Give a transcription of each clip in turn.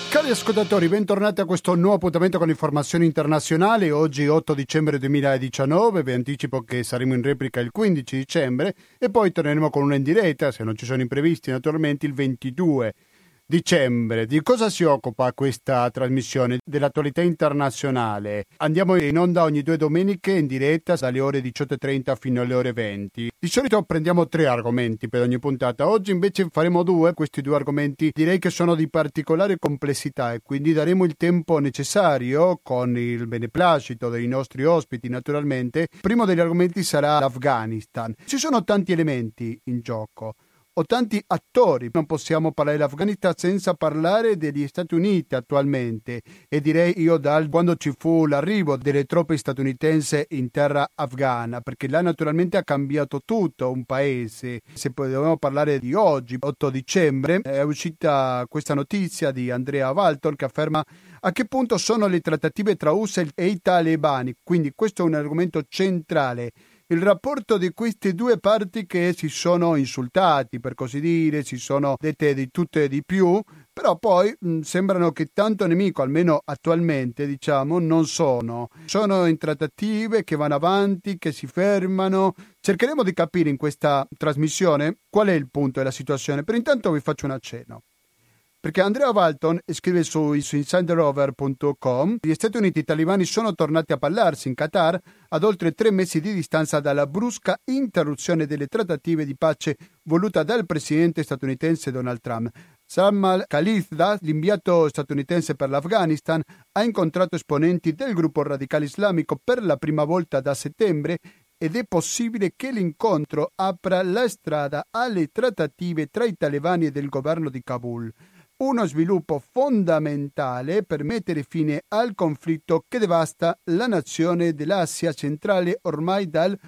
Cari ascoltatori, bentornati a questo nuovo appuntamento con informazioni internazionali. Oggi 8 dicembre 2019, vi anticipo che saremo in replica il 15 dicembre e poi torneremo con una in diretta, se non ci sono imprevisti naturalmente, il 22 dicembre. Di cosa si occupa questa trasmissione? Dell'attualità internazionale. Andiamo in onda ogni 2 domeniche in diretta dalle ore 18:30 fino alle ore 20. Di solito prendiamo 3 argomenti per ogni puntata. Oggi invece faremo 2. Questi 2 argomenti direi che sono di particolare complessità e quindi daremo il tempo necessario, con il beneplacito dei nostri ospiti naturalmente. Il primo degli argomenti sarà l'Afghanistan. Ci sono tanti elementi in gioco o tanti attori. Non possiamo parlare dell'Afghanistan senza parlare degli Stati Uniti attualmente, e direi io quando ci fu l'arrivo delle truppe statunitensi in terra afghana, perché là naturalmente ha cambiato tutto un paese. Se dobbiamo parlare di oggi, 8 dicembre, è uscita questa notizia di Andrea Walton che afferma a che punto sono le trattative tra USA e i talebani, quindi questo è un argomento centrale. Il rapporto di queste due parti che si sono insultati, per così dire, si sono dette di tutto e di più, però poi sembrano che tanto nemico, almeno attualmente, diciamo, non sono. Sono in trattative che vanno avanti, che si fermano. Cercheremo di capire in questa trasmissione qual è il punto della situazione. Per intanto vi faccio un accenno. Perché Andrea Walton scrive su insiderover.com: gli Stati Uniti e i talebani sono tornati a parlarsi in Qatar ad oltre 3 mesi di distanza dalla brusca interruzione delle trattative di pace voluta dal presidente statunitense Donald Trump. Salman Khalilzad, l'inviato statunitense per l'Afghanistan, ha incontrato esponenti del gruppo radicale islamico per la prima volta da settembre ed è possibile che l'incontro apra la strada alle trattative tra i talebani e del governo di Kabul. Uno sviluppo fondamentale per mettere fine al conflitto che devasta la nazione dell'Asia centrale ormai dal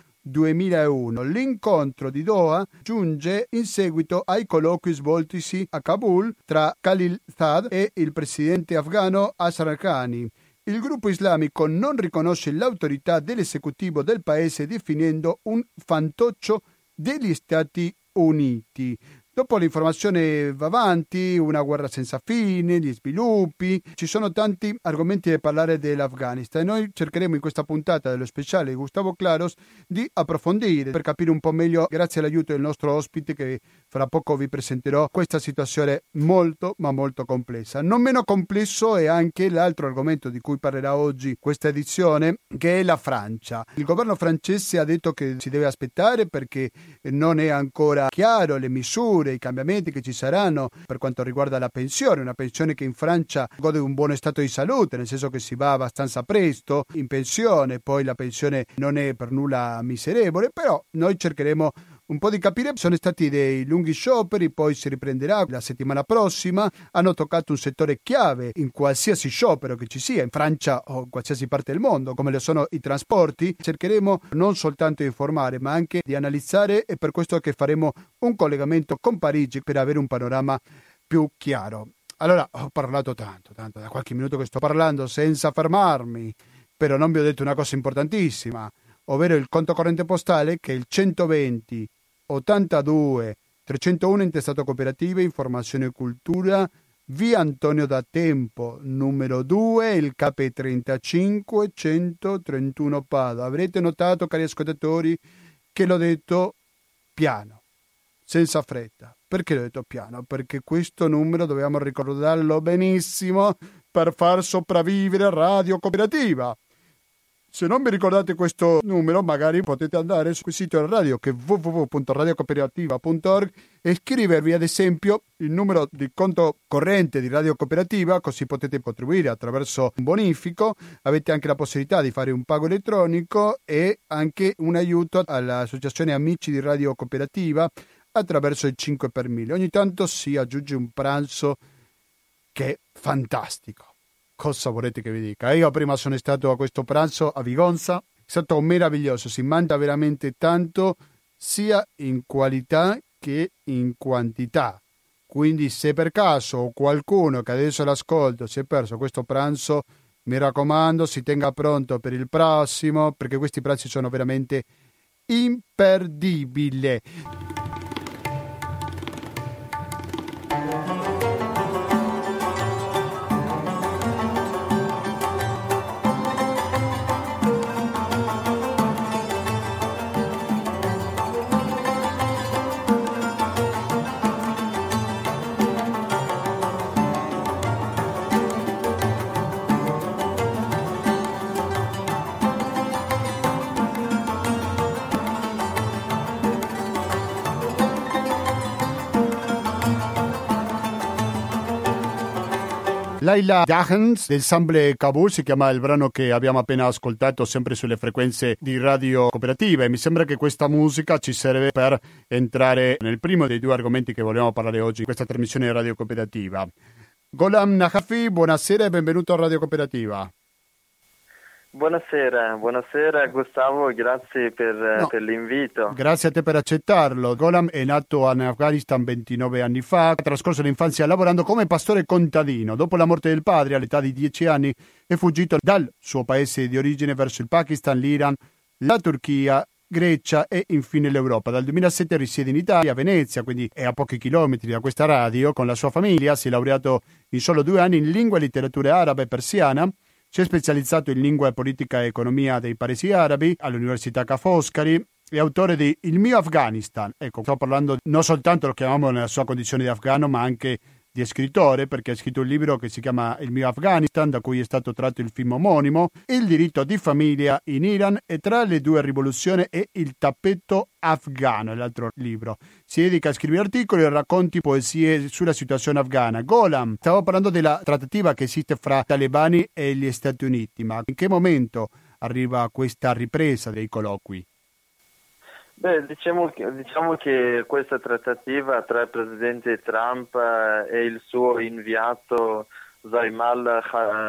2001. L'incontro di Doha giunge in seguito ai colloqui svoltisi a Kabul tra Khalilzad e il presidente afghano Ashraf Ghani. Il gruppo islamico non riconosce l'autorità dell'esecutivo del paese, definendo un fantoccio degli Stati Uniti. Dopo l'informazione va avanti, una guerra senza fine, gli sviluppi, ci sono tanti argomenti da parlare dell'Afghanistan e noi cercheremo in questa puntata dello speciale di Gustavo Claros di approfondire per capire un po' meglio, grazie all'aiuto del nostro ospite che fra poco vi presenterò, questa situazione molto ma molto complessa. Non meno complesso è anche l'altro argomento di cui parlerà oggi questa edizione, che è la Francia. Il governo francese ha detto che si deve aspettare perché non è ancora chiaro le misure, i cambiamenti che ci saranno per quanto riguarda la pensione, una pensione che in Francia gode di un buono stato di salute, nel senso che si va abbastanza presto in pensione, poi la pensione non è per nulla miserevole, però noi cercheremo un po' di capire. Sono stati dei lunghi scioperi, poi si riprenderà la settimana prossima, hanno toccato un settore chiave in qualsiasi sciopero che ci sia in Francia o in qualsiasi parte del mondo, come lo sono i trasporti. Cercheremo non soltanto di informare ma anche di analizzare, e per questo che faremo un collegamento con Parigi per avere un panorama più chiaro. Allora, ho parlato tanto, da qualche minuto che sto parlando senza fermarmi, però non vi ho detto una cosa importantissima, ovvero il conto corrente postale, che è il 120 82 301, intestato Cooperative Informazione e Cultura, via Antonio da Tempo, numero 2, il KP 35 131 Padova. Avrete notato, cari ascoltatori, che l'ho detto piano, senza fretta. Perché l'ho detto piano? Perché questo numero dobbiamo ricordarlo benissimo per far sopravvivere Radio Cooperativa. Se non vi ricordate questo numero, magari potete andare sul sito del radio, che è www.radiocooperativa.org, e scrivervi ad esempio il numero di conto corrente di Radio Cooperativa, così potete contribuire attraverso un bonifico. Avete anche la possibilità di fare un pago elettronico e anche un aiuto all'associazione Amici di Radio Cooperativa attraverso il 5 per 1000. Ogni tanto si aggiunge un pranzo che è fantastico. Cosa volete che vi dica? Io prima sono stato a questo pranzo a Vigonza, è stato meraviglioso, si mangia veramente tanto sia in qualità che in quantità. Quindi se per caso qualcuno che adesso l'ascolto si è perso questo pranzo, mi raccomando, si tenga pronto per il prossimo, perché questi pranzi sono veramente imperdibili. Laila Dahens del Sample Kabul si chiama il brano che abbiamo appena ascoltato, sempre sulle frequenze di Radio Cooperativa, e mi sembra che questa musica ci serve per entrare nel primo dei due argomenti che vogliamo parlare oggi in questa trasmissione di Radio Cooperativa. Golam Najafi, buonasera e benvenuto a Radio Cooperativa. Buonasera Gustavo, grazie per l'invito. Grazie a te per accettarlo. Golam è nato in Afghanistan 29 anni fa, ha trascorso l'infanzia lavorando come pastore contadino. Dopo la morte del padre, all'età di 10 anni, è fuggito dal suo paese di origine verso il Pakistan, l'Iran, la Turchia, Grecia e infine l'Europa. Dal 2007 risiede in Italia, a Venezia, quindi è a pochi chilometri da questa radio. Con la sua famiglia si è laureato in solo 2 anni in lingua e letteratura arabe e persiana. Si è specializzato in lingua, politica e economia dei paesi arabi all'Università Ca' Foscari. È autore di Il mio Afghanistan. Ecco, sto parlando non soltanto, lo chiamiamo nella sua condizione di afghano, ma anche di scrittore, perché ha scritto un libro che si chiama Il mio Afghanistan, da cui è stato tratto il film omonimo, Il diritto di famiglia in Iran e Tra le due rivoluzioni e Il tappeto afghano, è l'altro libro. Si dedica a scrivere articoli, racconti, poesie sulla situazione afghana. Golam, stavo parlando della trattativa che esiste fra talebani e gli Stati Uniti, ma in che momento arriva questa ripresa dei colloqui? Beh, diciamo che questa trattativa tra il presidente Trump e il suo inviato Zaimal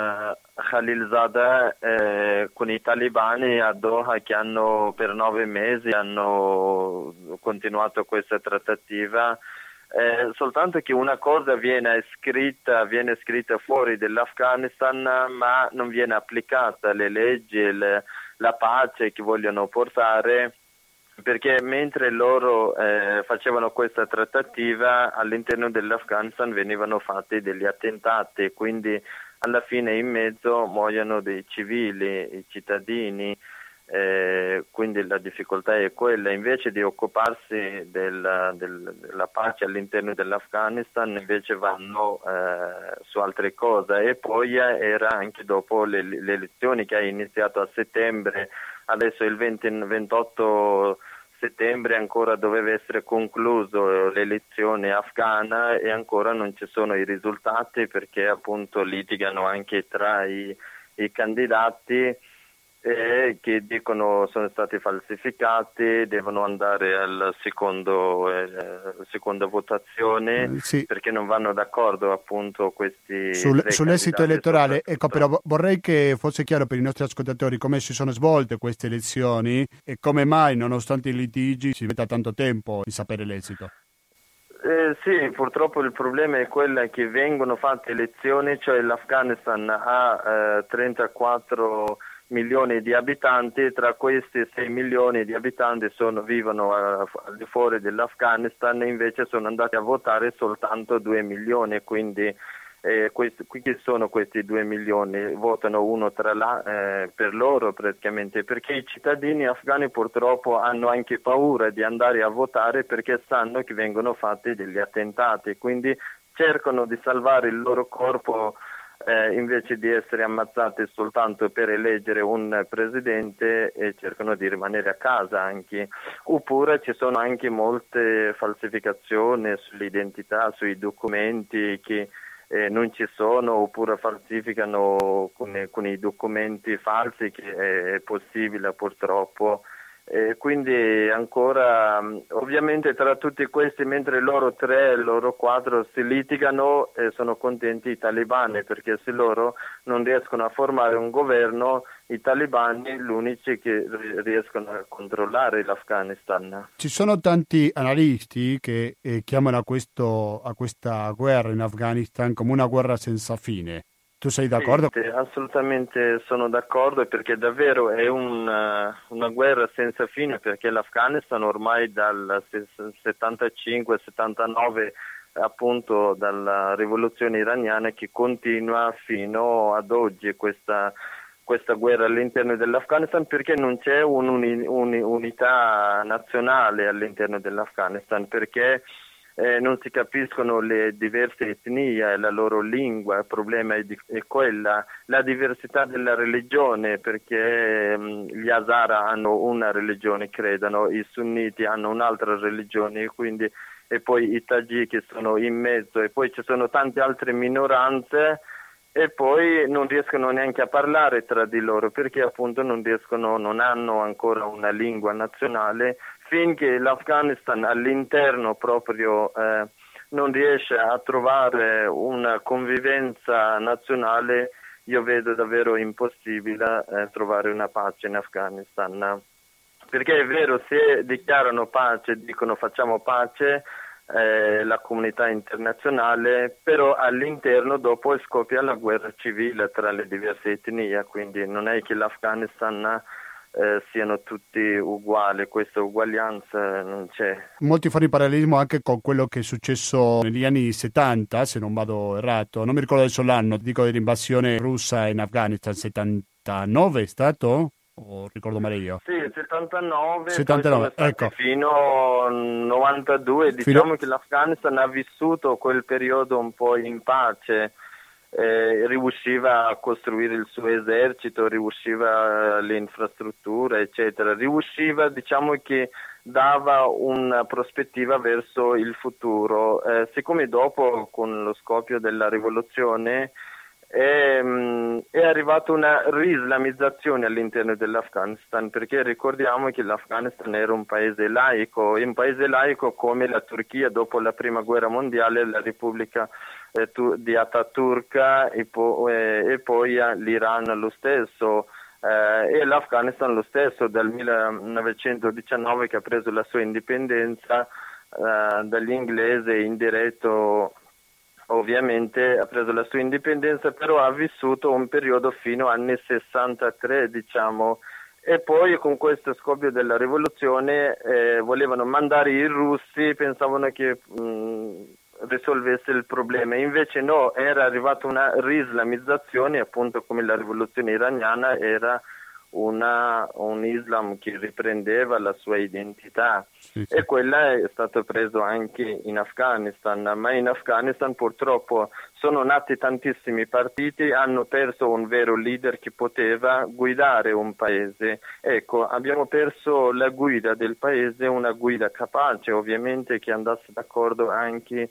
Khalilzadeh con i talebani a Doha, che per 9 mesi hanno continuato questa trattativa, soltanto che una cosa viene scritta fuori dell'Afghanistan, ma non viene applicata, le leggi, la pace che vogliono portare. Perché mentre loro facevano questa trattativa, all'interno dell'Afghanistan venivano fatti degli attentati, quindi alla fine in mezzo muoiono dei civili, i cittadini, quindi la difficoltà è quella. Invece di occuparsi della pace all'interno dell'Afghanistan, invece vanno su altre cose. E poi era anche dopo le elezioni che ha iniziato a settembre. Adesso il 28 settembre ancora doveva essere concluso l'elezione afghana e ancora non ci sono i risultati, perché appunto litigano anche tra i candidati che dicono sono stati falsificati, devono andare alla seconda votazione, sì, perché non vanno d'accordo appunto questi sull'esito elettorale. Ecco, però vorrei che fosse chiaro per i nostri ascoltatori come si sono svolte queste elezioni e come mai, nonostante i litigi, si metta tanto tempo di sapere l'esito. Sì, purtroppo il problema è quello che vengono fatte elezioni, cioè l'Afghanistan ha 34 milioni di abitanti, tra questi 6 milioni di abitanti vivono al di fuori dell'Afghanistan, e invece sono andati a votare soltanto 2 milioni, quindi chi sono questi 2 milioni? Votano uno per loro praticamente, perché i cittadini afghani purtroppo hanno anche paura di andare a votare, perché sanno che vengono fatti degli attentati, quindi cercano di salvare il loro corpo invece di essere ammazzati soltanto per eleggere un presidente, e cercano di rimanere a casa anche. Oppure ci sono anche molte falsificazioni sull'identità, sui documenti che non ci sono, oppure falsificano con i documenti falsi, che è possibile purtroppo. Quindi ancora, ovviamente tra tutti questi, mentre loro 3, loro 4 si litigano, sono contenti i talebani, perché se loro non riescono a formare un governo, i talebani gli unici che riescono a controllare l'Afghanistan. Ci sono tanti analisti che chiamano a questa guerra in Afghanistan come una guerra senza fine. Tu sei d'accordo? Sì, assolutamente sono d'accordo, perché davvero è una guerra senza fine, perché l'Afghanistan ormai dal 75-79, appunto dalla rivoluzione iraniana, che continua fino ad oggi questa guerra all'interno dell'Afghanistan, perché non c'è un'unità nazionale all'interno dell'Afghanistan, perché non si capiscono le diverse etnie e la loro lingua. Il problema è quella, la diversità della religione, perché gli Hazara hanno una religione, credono, i sunniti hanno un'altra religione, quindi, e poi i tagiki sono in mezzo, e poi ci sono tante altre minoranze e poi non riescono neanche a parlare tra di loro perché appunto non hanno ancora una lingua nazionale. Finché l'Afghanistan all'interno proprio non riesce a trovare una convivenza nazionale, io vedo davvero impossibile trovare una pace in Afghanistan. Perché è vero, se dichiarano pace, dicono facciamo pace, la comunità internazionale, però all'interno dopo scoppia la guerra civile tra le diverse etnie, quindi non è che l'Afghanistan siano tutti uguali, questa uguaglianza non c'è. Molti fanno il parallelismo anche con quello che è successo negli anni 70, se non vado errato, non mi ricordo adesso l'anno, dico dell'invasione russa in Afghanistan, 79 è stato? O ricordo male io? Sì, 79, 79, ecco. Fino al 92, diciamo che l'Afghanistan ha vissuto quel periodo un po' in pace, riusciva a costruire il suo esercito, riusciva le infrastrutture, eccetera, riusciva, diciamo che dava una prospettiva verso il futuro. Siccome dopo, con lo scoppio della rivoluzione, è arrivata una rislamizzazione all'interno dell'Afghanistan, perché ricordiamo che l'Afghanistan era un paese laico come la Turchia dopo la prima guerra mondiale, la Repubblica di Ataturk e poi l'Iran lo stesso. E l'Afghanistan lo stesso dal 1919 che ha preso la sua indipendenza dagli inglesi in diretto. Ovviamente ha preso la sua indipendenza, però ha vissuto un periodo fino agli anni 63, diciamo, e poi con questo scoppio della rivoluzione volevano mandare i russi, pensavano che risolvesse il problema, invece no, era arrivata una rislamizzazione, appunto come la rivoluzione iraniana era un Islam che riprendeva la sua identità. Sì. E quella è stato preso anche in Afghanistan, ma in Afghanistan purtroppo sono nati tantissimi partiti, hanno perso un vero leader che poteva guidare un paese. Ecco, abbiamo perso la guida del paese, una guida capace ovviamente che andasse d'accordo anche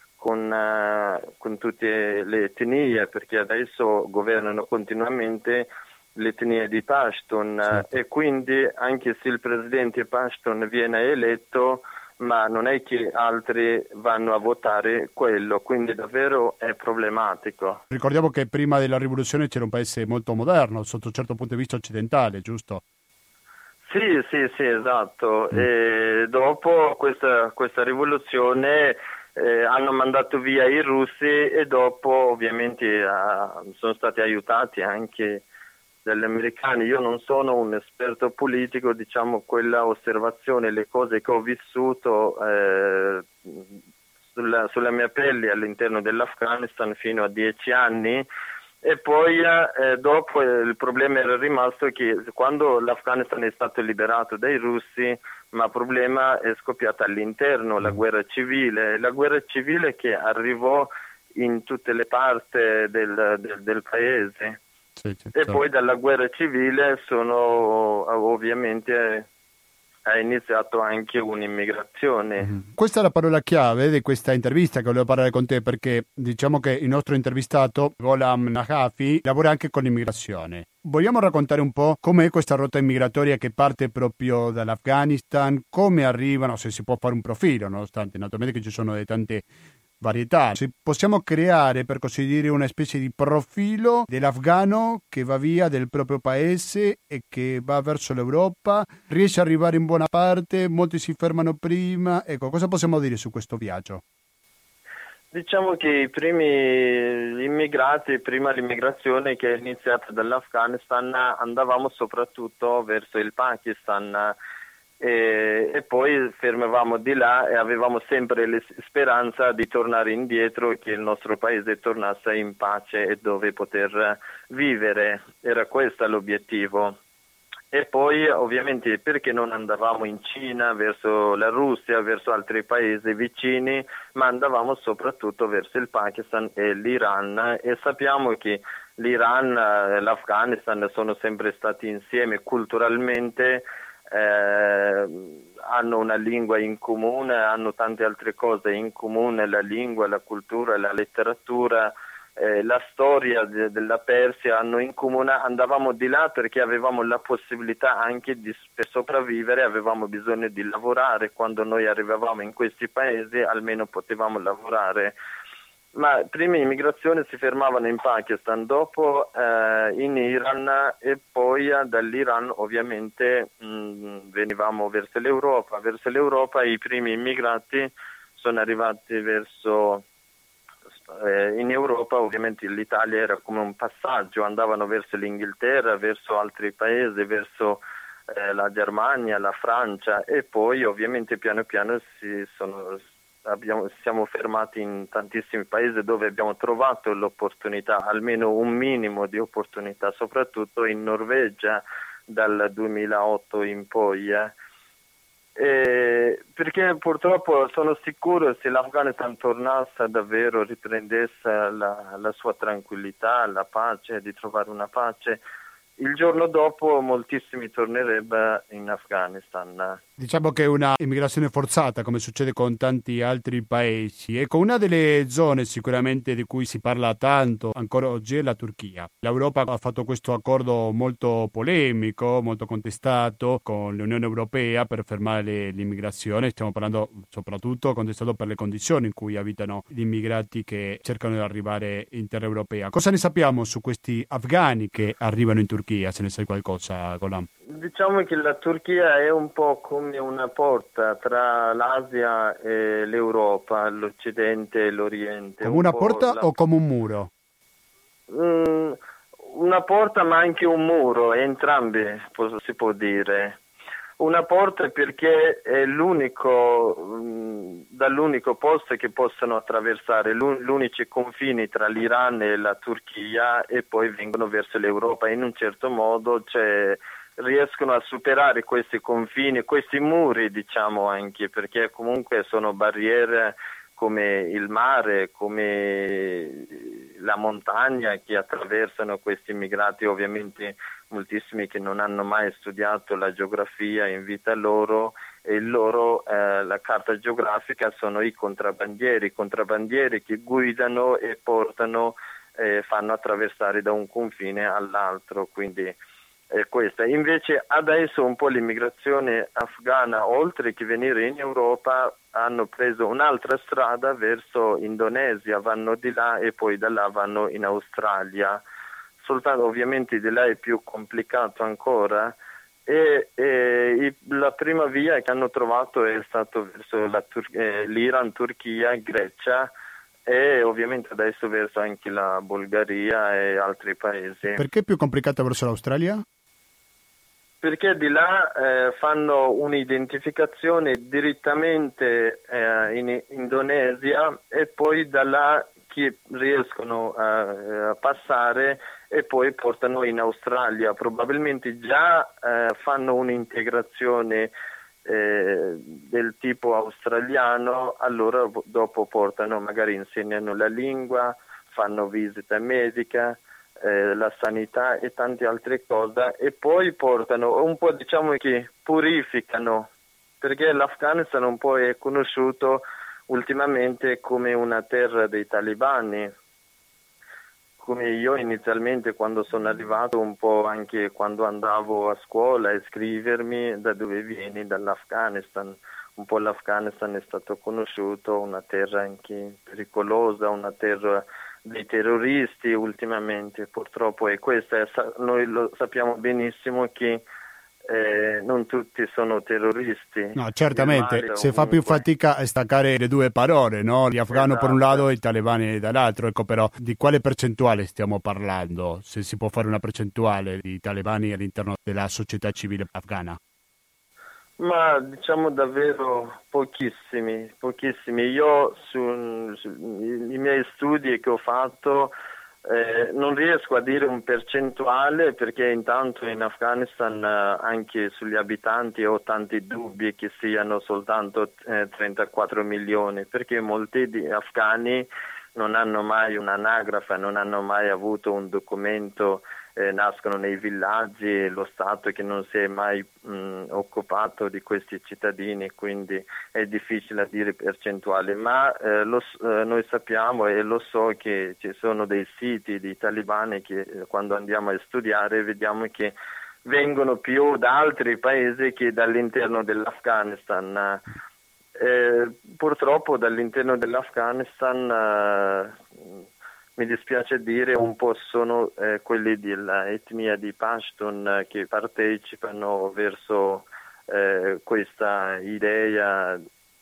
con tutte le etnie, perché adesso governano continuamente l'etnia di Pashtun, sì. E quindi anche se il presidente Pashtun viene eletto, ma non è che altri vanno a votare quello, quindi davvero è problematico. Ricordiamo che prima della rivoluzione c'era un paese molto moderno, sotto un certo punto di vista occidentale, giusto? Sì, esatto. E dopo questa rivoluzione hanno mandato via i russi e dopo ovviamente sono stati aiutati anche dagli americani. Io non sono un esperto politico, diciamo quella osservazione, le cose che ho vissuto sulla mia pelle all'interno dell'Afghanistan fino a 10 anni e poi dopo il problema era rimasto che quando l'Afghanistan è stato liberato dai russi, ma il problema è scoppiato all'interno, la guerra civile che arrivò in tutte le parti del paese. Sì, e poi dalla guerra civile ovviamente ha iniziato anche un'immigrazione. Questa è la parola chiave di questa intervista che volevo parlare con te, perché diciamo che il nostro intervistato, Gholam Najafi, lavora anche con l'immigrazione. Vogliamo raccontare un po' com'è questa rotta immigratoria che parte proprio dall'Afghanistan, come arrivano, se si può fare un profilo, nonostante naturalmente che ci sono tante varietà. Se possiamo creare, per così dire, una specie di profilo dell'afgano che va via del proprio paese e che va verso l'Europa, riesce ad arrivare in buona parte, molti si fermano prima. Ecco, cosa possiamo dire su questo viaggio? Diciamo che i primi immigrati, prima l'immigrazione che è iniziata dall'Afghanistan, andavamo soprattutto verso il Pakistan. E poi fermavamo di là e avevamo sempre la speranza di tornare indietro e che il nostro paese tornasse in pace e dove poter vivere. Era questo l'obiettivo. E poi ovviamente perché non andavamo in Cina, verso la Russia, verso altri paesi vicini, ma andavamo soprattutto verso il Pakistan e l'Iran, e sappiamo che l'Iran e l'Afghanistan sono sempre stati insieme culturalmente. Hanno una lingua in comune, hanno tante altre cose in comune, la lingua, la cultura, la letteratura, la storia della Persia andavamo di là perché avevamo la possibilità anche per sopravvivere, avevamo bisogno di lavorare. Quando noi arrivavamo in questi paesi almeno potevamo lavorare. Ma prima immigrazioni si fermavano in Pakistan, dopo in Iran e poi dall'Iran ovviamente venivamo verso l'Europa. Verso l'Europa i primi immigrati sono arrivati in Europa, ovviamente l'Italia era come un passaggio, andavano verso l'Inghilterra, verso altri paesi, verso la Germania, la Francia e poi ovviamente piano piano siamo fermati in tantissimi paesi dove abbiamo trovato l'opportunità, almeno un minimo di opportunità, soprattutto in Norvegia dal 2008 in poi. Perché purtroppo sono sicuro se l'Afghanistan tornasse davvero, riprendesse la sua tranquillità, la pace, di trovare una pace, il giorno dopo moltissimi tornerebbero in Afghanistan. Diciamo che è una immigrazione forzata, come succede con tanti altri paesi. Ecco, una delle zone sicuramente di cui si parla tanto ancora oggi è la Turchia. L'Europa ha fatto questo accordo molto polemico, molto contestato con l'Unione Europea per fermare l'immigrazione. Stiamo parlando soprattutto contestato per le condizioni in cui abitano gli immigrati che cercano di arrivare in terra europea. Cosa ne sappiamo su questi afghani che arrivano in Turchia, se ne sai qualcosa, Golan? Diciamo che la Turchia è un po' come una porta tra l'Asia e l'Europa, l'Occidente e l'Oriente. Come una porta o come un muro? Una porta ma anche un muro, entrambi si può dire. Una porta perché è dall'unico posto che possono attraversare, l'unici confini tra l'Iran e la Turchia e poi vengono verso l'Europa. In un certo modo riescono a superare questi confini, questi muri, diciamo anche, perché comunque sono barriere come il mare, come la montagna che attraversano questi immigrati, ovviamente moltissimi che non hanno mai studiato la geografia in vita loro e la carta geografica sono i contrabbandieri che guidano e fanno attraversare da un confine all'altro, quindi questa. Invece adesso un po' l'immigrazione afghana, oltre che venire in Europa, hanno preso un'altra strada verso Indonesia, vanno di là e poi da là vanno in Australia. Soltanto ovviamente di là è più complicato ancora la prima via che hanno trovato è stato verso l'Iran, Turchia, Grecia e ovviamente adesso verso anche la Bulgaria e altri paesi. Perché è più complicato verso l'Australia? Perché di là fanno un'identificazione direttamente in Indonesia e poi da là riescono a passare e poi portano in Australia. Probabilmente già fanno un'integrazione del tipo australiano, allora dopo magari insegnano la lingua, fanno visita medica, la sanità e tante altre cose e poi portano un po', diciamo che purificano, perché l'Afghanistan un po' è conosciuto ultimamente come una terra dei talebani, come io inizialmente quando sono arrivato, un po' anche quando andavo a scuola a iscrivermi, da dove vieni? Dall'Afghanistan. Un po' l'Afghanistan è stato conosciuto, una terra anche pericolosa, una terra dei terroristi ultimamente, purtroppo è questa. Noi lo sappiamo benissimo che non tutti sono terroristi. No, certamente, si fa più fatica a staccare le due parole, no? Gli afghani per un lato e i talebani dall'altro. Ecco, però di quale percentuale stiamo parlando? Se si può fare una percentuale di talebani all'interno della società civile afghana? Ma diciamo davvero pochissimi. Io sui miei studi che ho fatto non riesco a dire un percentuale perché intanto in Afghanistan anche sugli abitanti ho tanti dubbi che siano soltanto 34 milioni perché molti afghani non hanno mai un'anagrafe, non hanno mai avuto un documento, nascono nei villaggi, lo Stato che non si è mai occupato di questi cittadini, quindi è difficile a dire percentuali, ma noi sappiamo e lo so che ci sono dei siti di talebani che quando andiamo a studiare vediamo che vengono più da altri paesi che dall'interno dell'Afghanistan. Purtroppo dall'interno dell'Afghanistan mi dispiace dire un po' sono quelli dell'etnia di Pashtun che partecipano verso questa idea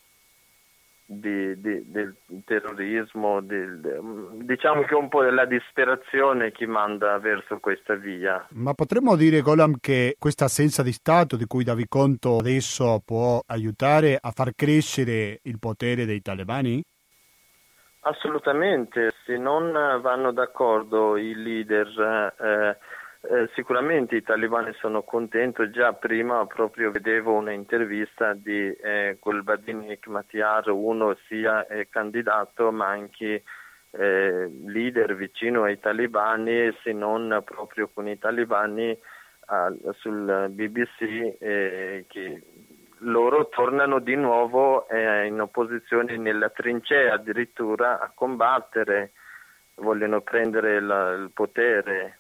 del terrorismo, diciamo che un po' della disperazione che manda verso questa via. Ma potremmo dire, Golam, che questa assenza di Stato di cui davi conto adesso può aiutare a far crescere il potere dei talebani? Assolutamente, se non vanno d'accordo i leader, sicuramente i talebani sono contenti. Già prima proprio vedevo un'intervista di Gulbuddin Hekmatyar, uno sia candidato ma anche leader vicino ai talebani, se non proprio con i talebani sul BBC, che loro tornano di nuovo in opposizione nella trincea addirittura a combattere, vogliono prendere il potere.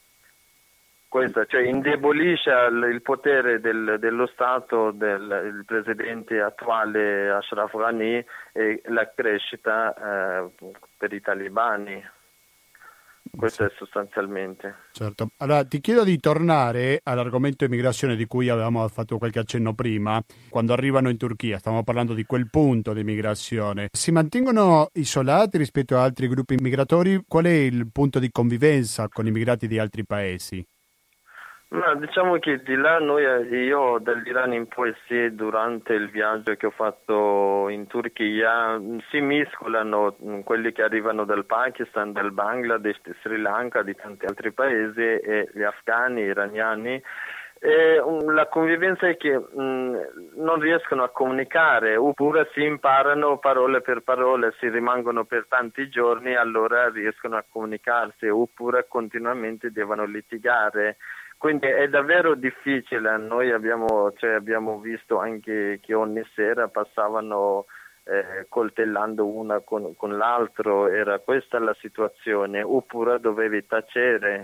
Questo, cioè, indebolisce il potere dello Stato, il presidente attuale Ashraf Ghani e la crescita per i talebani. Questo è sostanzialmente. Certo. Allora ti chiedo di tornare all'argomento immigrazione di cui avevamo fatto qualche accenno prima. Quando arrivano in Turchia, stiamo parlando di quel punto di immigrazione. Si mantengono isolati rispetto a altri gruppi migratori? Qual è il punto di convivenza con immigrati di altri paesi? Ma diciamo che di là io dall'Iran in poi sì, durante il viaggio che ho fatto in Turchia si mescolano quelli che arrivano dal Pakistan, dal Bangladesh, di Sri Lanka, di tanti altri paesi, e gli afghani, iraniani. La convivenza è che non riescono a comunicare, oppure si imparano parole per parole, si rimangono per tanti giorni, allora riescono a comunicarsi, oppure continuamente devono litigare. Quindi è davvero difficile. Noi abbiamo visto anche che ogni sera passavano coltellando una con l'altro, era questa la situazione, oppure dovevi tacere.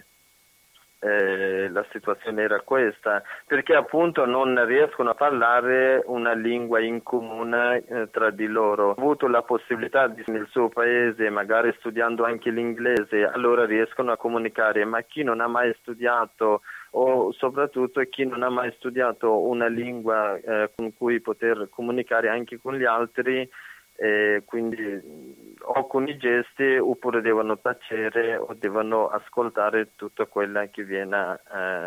La situazione era questa, perché appunto non riescono a parlare una lingua in comune tra di loro. Ho avuto la possibilità nel suo paese, magari studiando anche l'inglese, allora riescono a comunicare, ma chi non ha mai studiato o soprattutto chi non ha mai studiato una lingua con cui poter comunicare anche con gli altri, quindi o con i gesti oppure devono tacere o devono ascoltare tutto quello che viene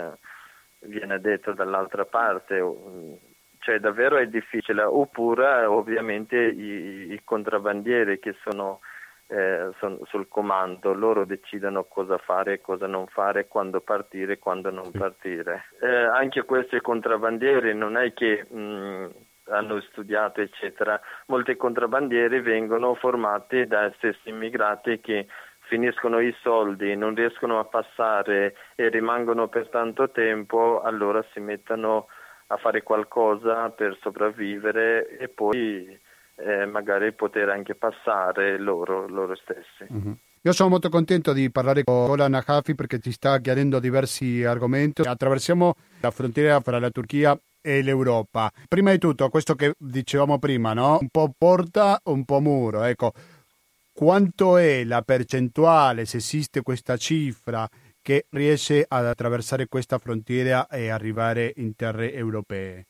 detto dall'altra parte. Cioè davvero è difficile. Oppure ovviamente i contrabbandieri che sono sul comando, loro decidono cosa fare e cosa non fare, quando partire e quando non partire. Anche questi contrabbandieri non è che hanno studiato eccetera, molti contrabbandieri vengono formati da stessi immigrati che finiscono i soldi, non riescono a passare e rimangono per tanto tempo, allora si mettono a fare qualcosa per sopravvivere e poi magari poter anche passare loro stessi. Mm-hmm. Io sono molto contento di parlare con Golan Najafi perché ci sta chiarendo diversi argomenti. Attraversiamo la frontiera fra la Turchia e l'Europa. Prima di tutto, questo che dicevamo prima, no? Un po' porta, un po' muro. Ecco, quanto è la percentuale, se esiste questa cifra, che riesce ad attraversare questa frontiera e arrivare in terre europee?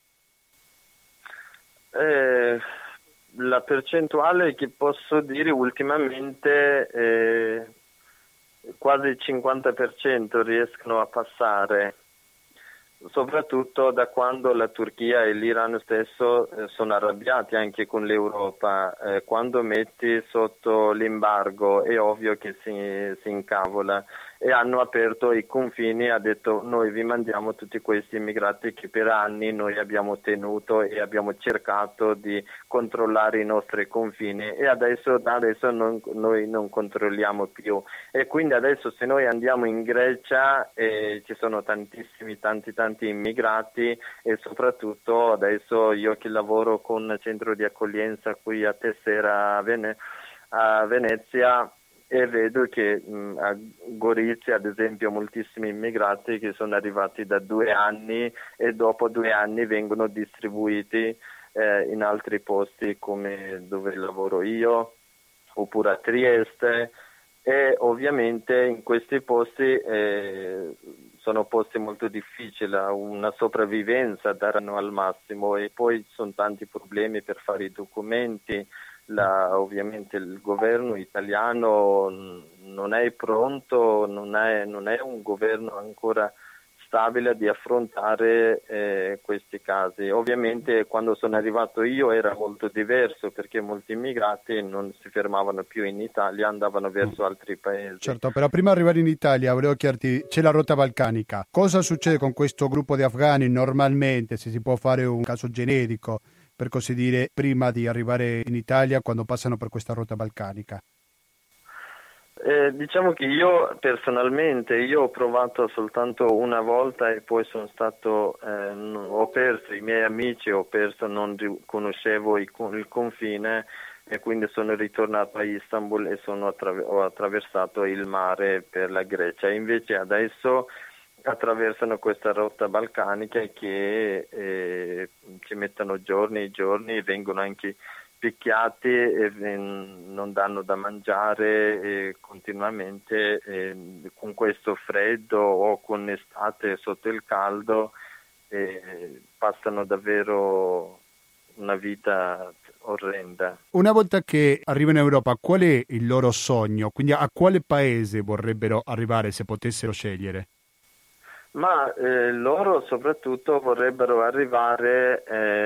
La percentuale che posso dire ultimamente quasi il 50% riescono a passare, soprattutto da quando la Turchia e l'Iran stesso sono arrabbiati anche con l'Europa. Quando metti sotto l'embargo è ovvio che si incavola e hanno aperto i confini e ha detto noi vi mandiamo tutti questi immigrati che per anni noi abbiamo tenuto e abbiamo cercato di controllare i nostri confini e adesso noi non controlliamo più e quindi adesso se noi andiamo in Grecia ci sono tanti immigrati e soprattutto adesso io che lavoro con centro di accoglienza qui a Tessera a Venezia e vedo che a Gorizia ad esempio moltissimi immigrati che sono arrivati da 2 anni e dopo 2 anni vengono distribuiti in altri posti come dove lavoro io oppure a Trieste e ovviamente in questi posti sono posti molto difficili, una sopravvivenza daranno al massimo e poi sono tanti problemi per fare i documenti. Ovviamente il governo italiano non è pronto, non è un governo ancora stabile di affrontare questi casi. Ovviamente quando sono arrivato io era molto diverso perché molti immigrati non si fermavano più in Italia, andavano verso altri paesi. Certo, però prima di arrivare in Italia volevo chiederti, c'è la rotta balcanica. Cosa succede con questo gruppo di afghani normalmente, se si può fare un caso generico? Per così dire, prima di arrivare in Italia quando passano per questa rotta balcanica? Diciamo che io personalmente ho provato soltanto una volta e poi sono stato ho perso i miei amici, non conoscevo il confine e quindi sono ritornato a Istanbul e ho attraversato il mare per la Grecia. Invece adesso attraversano questa rotta balcanica che ci mettono giorni, vengono anche picchiati e non danno da mangiare continuamente con questo freddo o con estate sotto il caldo passano davvero una vita orrenda. Una volta che arrivano in Europa, qual è il loro sogno? Quindi a quale paese vorrebbero arrivare se potessero scegliere? Ma loro soprattutto vorrebbero arrivare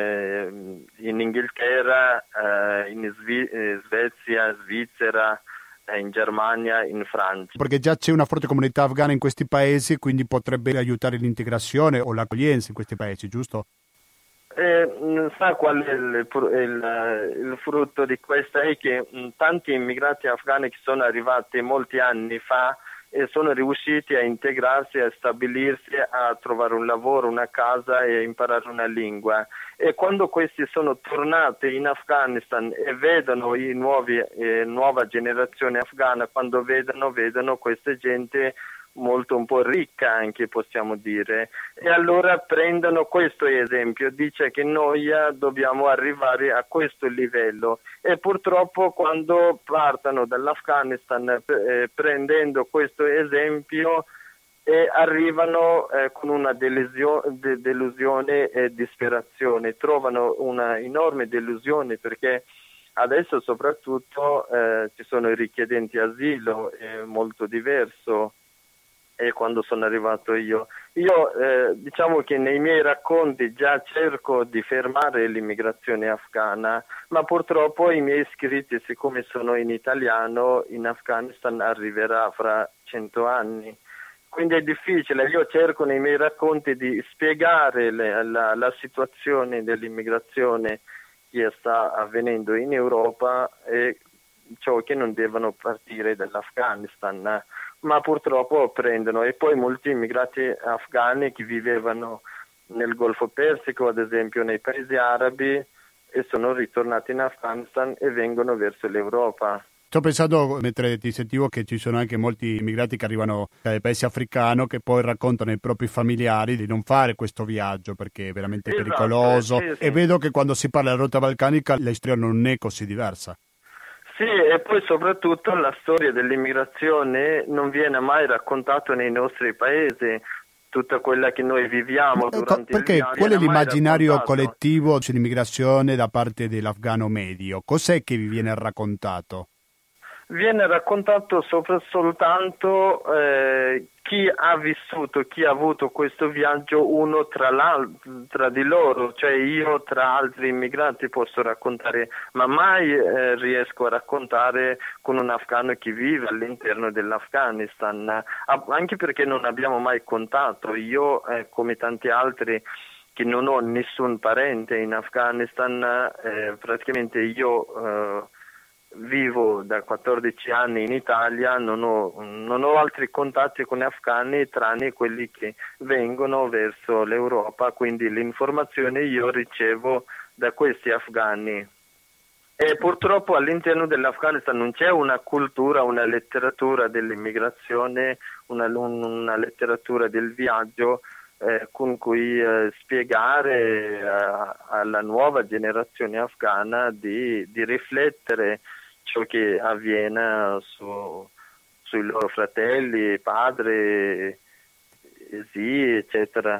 in Inghilterra, in Svezia, Svizzera, in Germania, in Francia. Perché già c'è una forte comunità afghana in questi paesi, quindi potrebbe aiutare l'integrazione o l'accoglienza in questi paesi, giusto? Sa qual è il frutto di questo? È che tanti immigrati afghani che sono arrivati molti anni fa e sono riusciti a integrarsi, a stabilirsi, a trovare un lavoro, una casa e a imparare una lingua. E quando questi sono tornati in Afghanistan e vedono nuova generazione afghana, quando vedono questa gente molto un po' ricca anche possiamo dire e allora prendono questo esempio, dice che noi dobbiamo arrivare a questo livello e purtroppo quando partono dall'Afghanistan prendendo questo esempio arrivano con una delusione e disperazione, trovano una enorme delusione perché adesso soprattutto ci sono i richiedenti asilo, è molto diverso. E quando sono arrivato io diciamo che nei miei racconti già cerco di fermare l'immigrazione afghana, ma purtroppo i miei scritti, siccome sono in italiano, in Afghanistan arriverà fra 100 anni. Quindi è difficile, io cerco nei miei racconti di spiegare la situazione dell'immigrazione che sta avvenendo in Europa e ciò che non devono partire dall'Afghanistan. Ma purtroppo prendono e poi molti immigrati afghani che vivevano nel Golfo Persico, ad esempio nei paesi arabi, e sono ritornati in Afghanistan e vengono verso l'Europa. Sto pensando, mentre ti sentivo, che ci sono anche molti immigrati che arrivano dai paesi africani che poi raccontano ai propri familiari di non fare questo viaggio perché è veramente pericoloso. Sì. E vedo che quando si parla della rotta balcanica la storia non è così diversa. Sì, e poi soprattutto la storia dell'immigrazione non viene mai raccontata nei nostri paesi, tutta quella che noi viviamo durante perché il viaggio. Qual è l'immaginario collettivo sull'immigrazione da parte dell'afgano medio? Cos'è che vi viene raccontato? viene raccontato soltanto chi ha vissuto, chi ha avuto questo viaggio uno tra di loro, cioè io tra altri immigrati posso raccontare, ma mai riesco a raccontare con un afghano che vive all'interno dell'Afghanistan, anche perché non abbiamo mai contatto. Io, come tanti altri, che non ho nessun parente in Afghanistan, praticamente io vivo da 14 anni in Italia, non ho altri contatti con gli afghani tranne quelli che vengono verso l'Europa, quindi l'informazione io ricevo da questi afghani. E purtroppo all'interno dell'Afghanistan non c'è una cultura, una letteratura dell'immigrazione, una letteratura del viaggio con cui spiegare alla nuova generazione afghana di riflettere ciò che avviene sui loro fratelli, padri, zii, eccetera,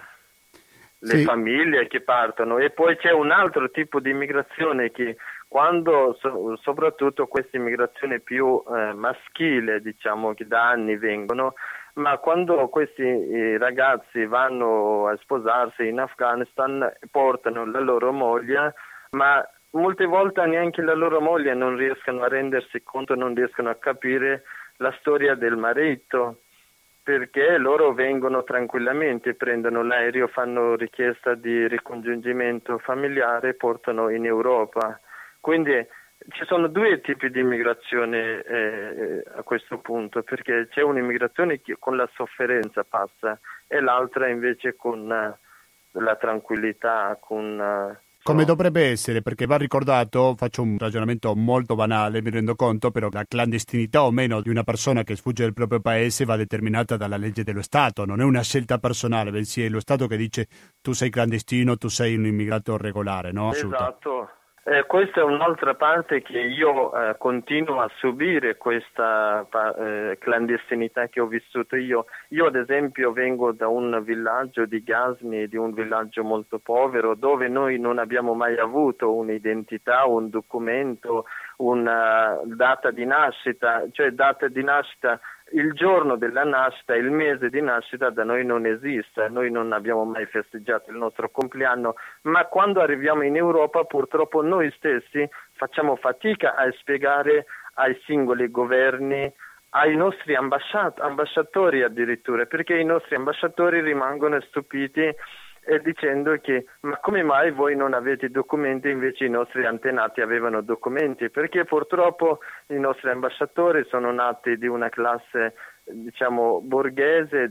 le famiglie che partono. E poi c'è un altro tipo di immigrazione che quando, soprattutto questa immigrazione più maschile, diciamo, che da anni vengono, ma quando questi ragazzi vanno a sposarsi in Afghanistan portano la loro moglie, ma molte volte neanche la loro moglie non riescono a rendersi conto, non riescono a capire la storia del marito, perché loro vengono tranquillamente, prendono l'aereo, fanno richiesta di ricongiungimento familiare e portano in Europa. Quindi ci sono due tipi di immigrazione a questo punto, perché c'è un'immigrazione che con la sofferenza passa e l'altra invece con la tranquillità, come dovrebbe essere, perché va ricordato, faccio un ragionamento molto banale, mi rendo conto, però la clandestinità o meno di una persona che sfugge dal proprio paese va determinata dalla legge dello Stato, non è una scelta personale, bensì è lo Stato che dice tu sei clandestino, tu sei un immigrato regolare, no? Esatto. Questa è un'altra parte che io continuo a subire, questa clandestinità che ho vissuto io. Io ad esempio vengo da un villaggio di Ghazni, di un villaggio molto povero, dove noi non abbiamo mai avuto un'identità, un documento, una data di nascita, cioè data di nascita. Il giorno della nascita, il mese di nascita da noi non esiste, noi non abbiamo mai festeggiato il nostro compleanno, ma quando arriviamo in Europa purtroppo noi stessi facciamo fatica a spiegare ai singoli governi, ai nostri ambasciatori addirittura, perché i nostri ambasciatori rimangono stupiti e dicendo che ma come mai voi non avete documenti, invece i nostri antenati avevano documenti, perché purtroppo i nostri ambasciatori sono nati di una classe, diciamo, borghese,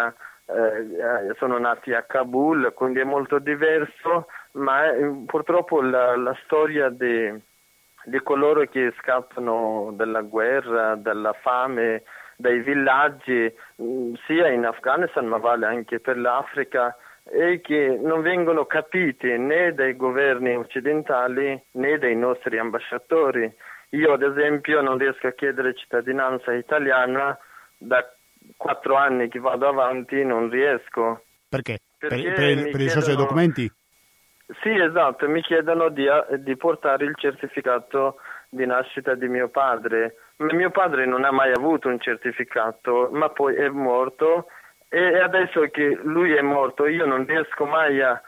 sono nati a Kabul, quindi è molto diverso, ma purtroppo la storia di coloro che scappano dalla guerra, dalla fame, dai villaggi, sia in Afghanistan ma vale anche per l'Africa, e che non vengono capiti né dai governi occidentali né dai nostri ambasciatori. Io ad esempio non riesco a chiedere cittadinanza italiana, da 4 anni che vado avanti non riesco. Perché? Per il discorso dei documenti? Sì, esatto, mi chiedono di portare il certificato di nascita di mio padre. Mio padre non ha mai avuto un certificato, ma poi è morto. E adesso che lui è morto io non riesco mai a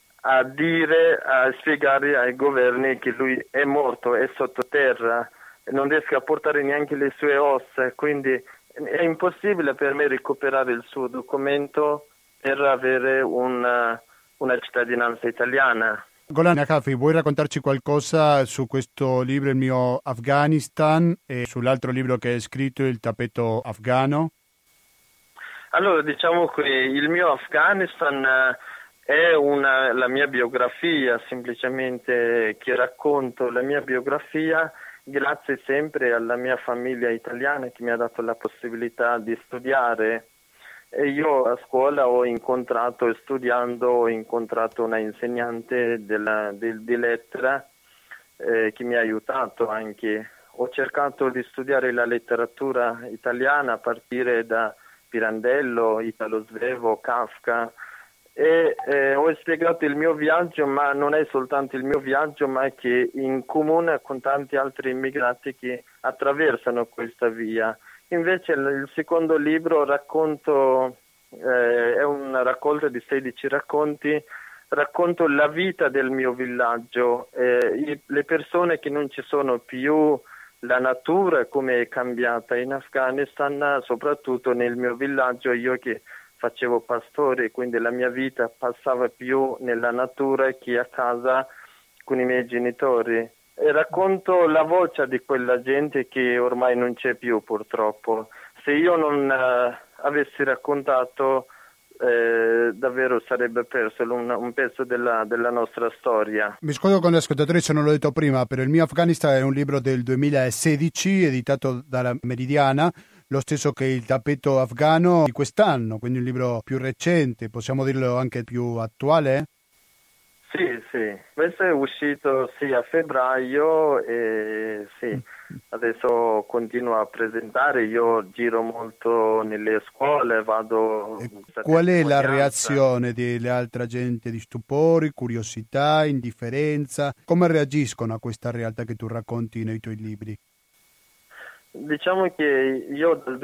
spiegare ai governi che lui è morto, è sottoterra, non riesco a portare neanche le sue ossa, quindi è impossibile per me recuperare il suo documento per avere una cittadinanza italiana. Golan Akafi, vuoi raccontarci qualcosa su questo libro, il mio Afghanistan, e sull'altro libro che hai scritto, Il tappeto afghano? Allora, diciamo che il mio Afghanistan è la mia biografia, semplicemente che racconto la mia biografia grazie sempre alla mia famiglia italiana che mi ha dato la possibilità di studiare. E io a scuola studiando, ho incontrato una insegnante di lettera che mi ha aiutato anche. Ho cercato di studiare la letteratura italiana a partire da Pirandello, Italo Svevo, Kafka, e ho spiegato il mio viaggio, ma non è soltanto il mio viaggio, ma che in comune con tanti altri immigrati che attraversano questa via. Invece il secondo libro è una raccolta di 16 racconti, racconto la vita del mio villaggio, le persone che non ci sono più, la natura come è cambiata in Afghanistan, soprattutto nel mio villaggio, io che facevo pastore, quindi la mia vita passava più nella natura che a casa con i miei genitori. E racconto la voce di quella gente che ormai non c'è più, purtroppo. Se io non avessi raccontato, davvero sarebbe perso un pezzo della nostra storia. Mi scuso con gli ascoltatori se non l'ho detto prima, però il mio Afghanistan è un libro del 2016 editato dalla Meridiana, lo stesso che il tappeto afghano di quest'anno, quindi un libro più recente, possiamo dirlo anche più attuale? Sì, questo è uscito a febbraio e sì, adesso continuo a presentare, io giro molto nelle scuole, vado... Qual è la reazione delle altre gente di stupore, curiosità, indifferenza? Come reagiscono a questa realtà che tu racconti nei tuoi libri? Diciamo che io dal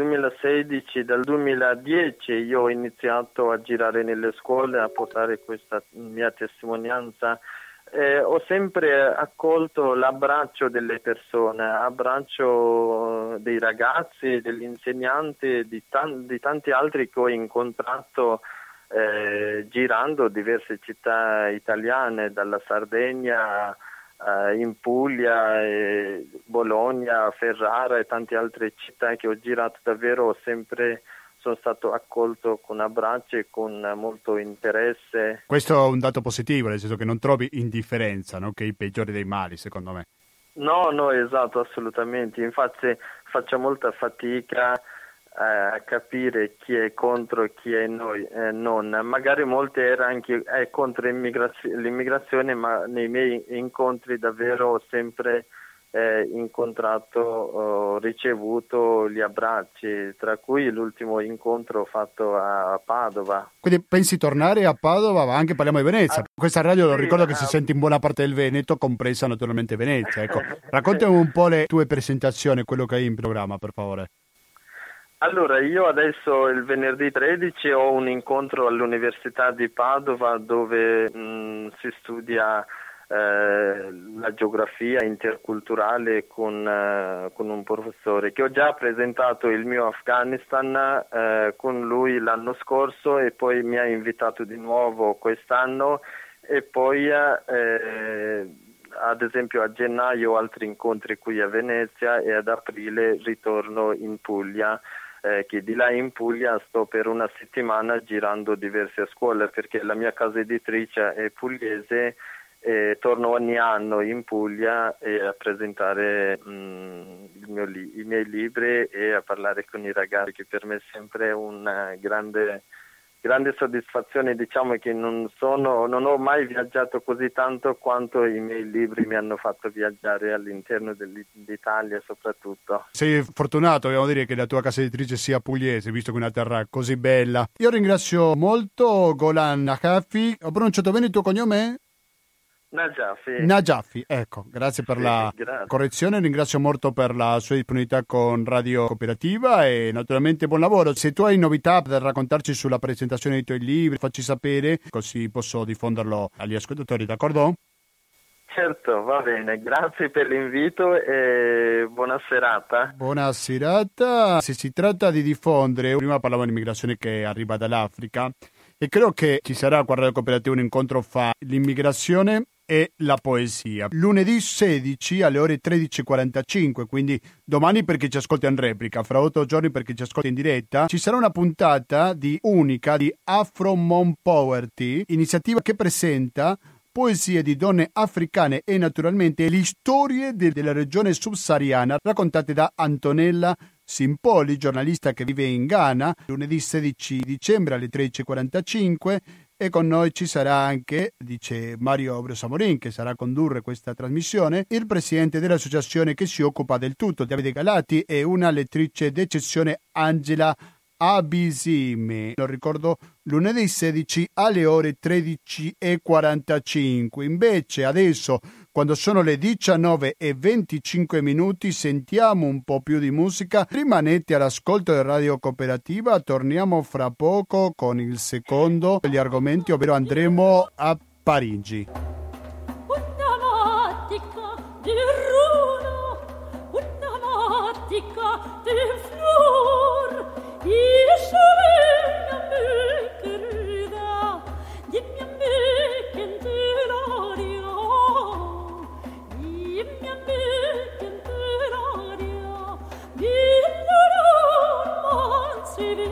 2010 io ho iniziato a girare nelle scuole, a portare questa mia testimonianza. Ho sempre accolto l'abbraccio delle persone, abbraccio dei ragazzi, degli insegnanti, di tanti altri che ho incontrato girando diverse città italiane, dalla Sardegna in Puglia, Bologna, Ferrara e tante altre città che ho girato. Davvero sono stato accolto con abbracci e con molto interesse. Questo è un dato positivo, nel senso che non trovi indifferenza, no? Che è il peggiore dei mali, secondo me. No, esatto, assolutamente. Infatti faccio molta fatica a capire chi è contro e chi è non. Magari molti erano anche contro l'immigrazione, ma nei miei incontri davvero ho sempre incontrato, ricevuto gli abbracci, tra cui l'ultimo incontro fatto a Padova. Quindi pensi tornare a Padova? Anche parliamo di Venezia. Questa radio lo ricordo che si sente in buona parte del Veneto, compresa naturalmente Venezia. Ecco, raccontami un po' le tue presentazioni, quello che hai in programma, per favore. Allora, io adesso il venerdì 13 ho un incontro all'Università di Padova dove si studia la geografia interculturale con un professore che ho già presentato il mio Afghanistan con lui l'anno scorso e poi mi ha invitato di nuovo quest'anno e poi ad esempio a gennaio ho altri incontri qui a Venezia e ad aprile ritorno in Puglia. Che di là in Puglia sto per una settimana girando diverse scuole perché la mia casa editrice è pugliese e torno ogni anno in Puglia a presentare i miei libri e a parlare con i ragazzi, che per me è sempre una grande soddisfazione. Diciamo che non ho mai viaggiato così tanto quanto i miei libri mi hanno fatto viaggiare all'interno d'Italia soprattutto. Sei fortunato, dobbiamo dire, che la tua casa editrice sia pugliese, visto che è una terra così bella. Io ringrazio molto Golan Najafi. Ho pronunciato bene il tuo cognome? Najafi, ecco, grazie per la correzione, ringrazio molto per la sua disponibilità con Radio Cooperativa e naturalmente buon lavoro. Se tu hai novità da raccontarci sulla presentazione dei tuoi libri, facci sapere, così posso diffonderlo agli ascoltatori, d'accordo? Certo, va bene, grazie per l'invito e buona serata. Buona serata. Se si tratta di diffondere, prima parlavo di immigrazione che arriva dall'Africa e credo che ci sarà qua a Radio Cooperativa un incontro fra l'immigrazione e la poesia. Lunedì 16 alle ore 13:45, quindi domani per chi ci ascolta in replica, fra 8 giorni per chi ci ascolta in diretta, ci sarà una puntata unica di Afro Mom Poverty, iniziativa che presenta poesie di donne africane e naturalmente le storie della regione subsahariana raccontate da Antonella Simpoli, giornalista che vive in Ghana, lunedì 16 dicembre alle 13:45 e con noi ci sarà anche, dice Mario Brosamorin, che sarà a condurre questa trasmissione, il presidente dell'associazione che si occupa del tutto, Davide Galati, e una lettrice d'eccezione, Angela Abisime. Lo ricordo, lunedì 16 alle ore 13:45. Invece adesso, quando sono le 19:25, sentiamo un po' più di musica. Rimanete all'ascolto di Radio Cooperativa. Torniamo fra poco con il secondo degli argomenti, ovvero andremo a Parigi. City.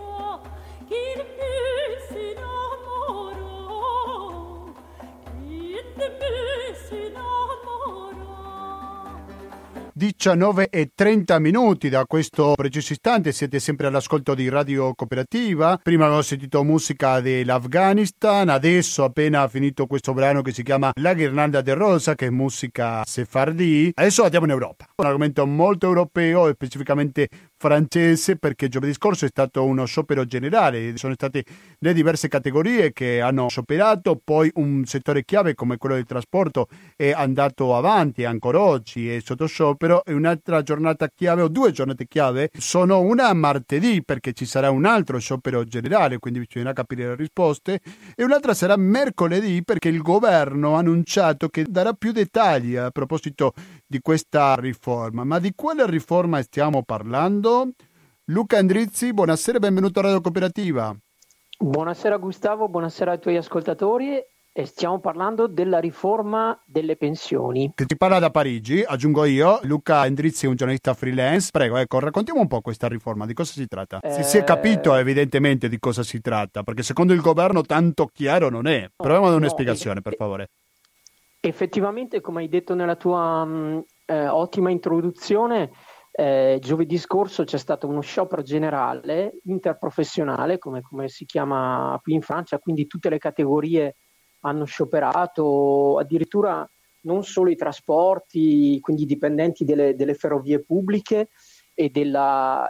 19:30 da questo preciso istante. Siete sempre all'ascolto di Radio Cooperativa. Prima abbiamo sentito musica dell'Afghanistan, adesso appena finito questo brano che si chiama La Guirnalda de Rosa, che è musica sefardì. Adesso andiamo in Europa, un argomento molto europeo e specificamente francese, perché giovedì scorso è stato uno sciopero generale, sono state le diverse categorie che hanno scioperato, poi un settore chiave come quello del trasporto è andato avanti ancora oggi, è sotto sciopero, e un'altra giornata chiave o due giornate chiave sono una martedì perché ci sarà un altro sciopero generale, quindi bisognerà capire le risposte, e un'altra sarà mercoledì perché il governo ha annunciato che darà più dettagli a proposito di questa riforma. Ma di quale riforma stiamo parlando? Luca Endrizzi, buonasera e benvenuto a Radio Cooperativa. Buonasera Gustavo, buonasera ai tuoi ascoltatori. E stiamo parlando della riforma delle pensioni. Che si parla da Parigi, aggiungo io. Luca Endrizzi è un giornalista freelance. Prego, raccontiamo un po' questa riforma, di cosa si tratta? Si è capito evidentemente di cosa si tratta, perché secondo il governo tanto chiaro non è. Proviamo ad una spiegazione, per favore. Effettivamente, come hai detto nella tua ottima introduzione, giovedì scorso c'è stato uno sciopero generale interprofessionale, come si chiama qui in Francia, quindi tutte le categorie hanno scioperato, addirittura non solo i trasporti, quindi i dipendenti delle ferrovie pubbliche e del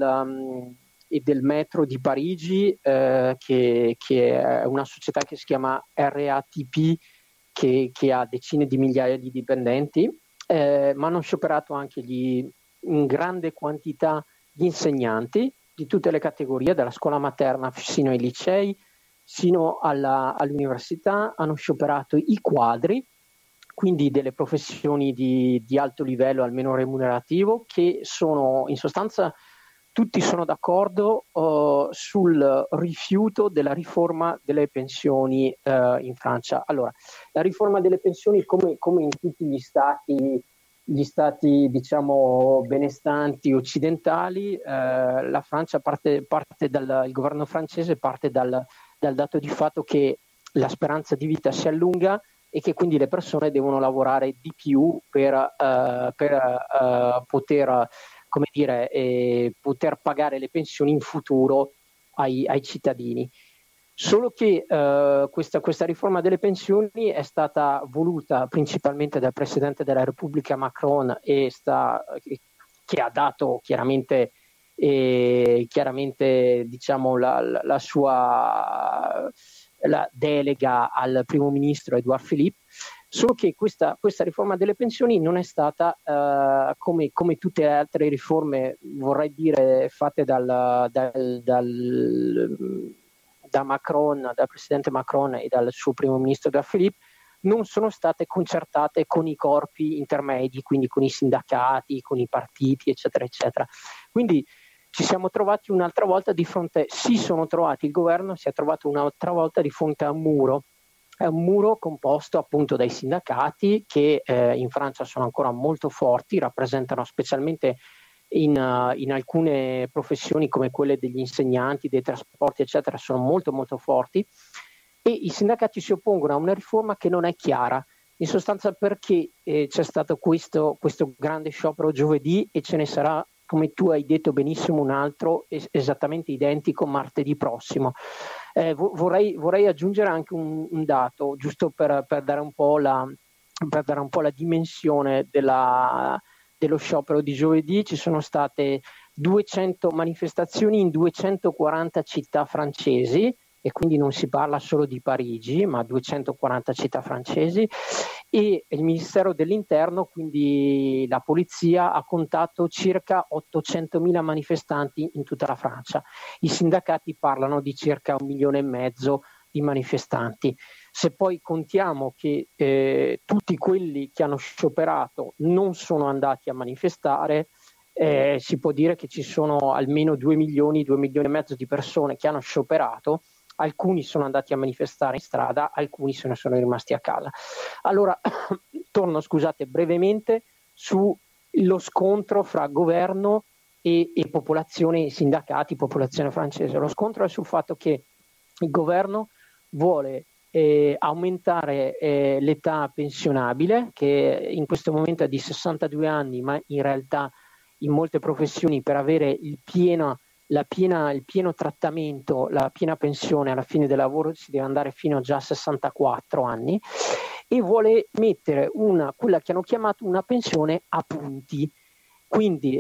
metro di Parigi, che è una società che si chiama RATP, che ha decine di migliaia di dipendenti, ma hanno scioperato anche in grande quantità gli insegnanti di tutte le categorie, dalla scuola materna sino ai licei, sino all'università. Hanno scioperato i quadri, quindi delle professioni di alto livello, almeno remunerativo, che sono in sostanza tutti sono d'accordo sul rifiuto della riforma delle pensioni in Francia. Allora, la riforma delle pensioni, come in tutti gli stati diciamo benestanti occidentali, la Francia il governo francese parte dal dato di fatto che la speranza di vita si allunga e che quindi le persone devono lavorare di più per poter, come dire, poter pagare le pensioni in futuro ai cittadini. Solo che questa riforma delle pensioni è stata voluta principalmente dal Presidente della Repubblica Macron che ha dato chiaramente diciamo la sua delega al primo ministro Édouard Philippe. Solo che questa riforma delle pensioni non è stata come tutte le altre riforme, vorrei dire, fatte da Macron, dal presidente Macron e dal suo primo ministro Édouard Philippe, non sono state concertate con i corpi intermedi, quindi con i sindacati, con i partiti, eccetera, eccetera. Quindi ci siamo trovati un'altra volta il governo si è trovato un'altra volta di fronte a un muro. È un muro composto appunto dai sindacati che in Francia sono ancora molto forti, rappresentano specialmente in alcune professioni come quelle degli insegnanti, dei trasporti, eccetera, sono molto molto forti, e i sindacati si oppongono a una riforma che non è chiara, in sostanza perché c'è stato questo grande sciopero giovedì e ce ne sarà, come tu hai detto benissimo, un altro esattamente identico martedì prossimo. Vorrei aggiungere anche un dato, giusto per dare un po' la dimensione dello sciopero di giovedì. Ci sono state 200 manifestazioni in 240 città francesi, e quindi non si parla solo di Parigi, ma 240 città francesi, e il Ministero dell'Interno, quindi la polizia, ha contato circa 800.000 manifestanti in tutta la Francia. I sindacati parlano di circa 1,5 milioni di manifestanti. Se poi contiamo che tutti quelli che hanno scioperato non sono andati a manifestare, si può dire che ci sono almeno 2 milioni e mezzo di persone che hanno scioperato. Alcuni sono andati a manifestare in strada, alcuni se ne sono rimasti a casa. Allora, torno, scusate, brevemente sullo scontro fra governo e popolazione, sindacati, popolazione francese. Lo scontro è sul fatto che il governo vuole aumentare l'età pensionabile, che in questo momento è di 62 anni, ma in realtà in molte professioni per avere il pieno trattamento, la piena pensione alla fine del lavoro si deve andare fino a già 64 anni, e vuole mettere quella che hanno chiamato una pensione a punti. Quindi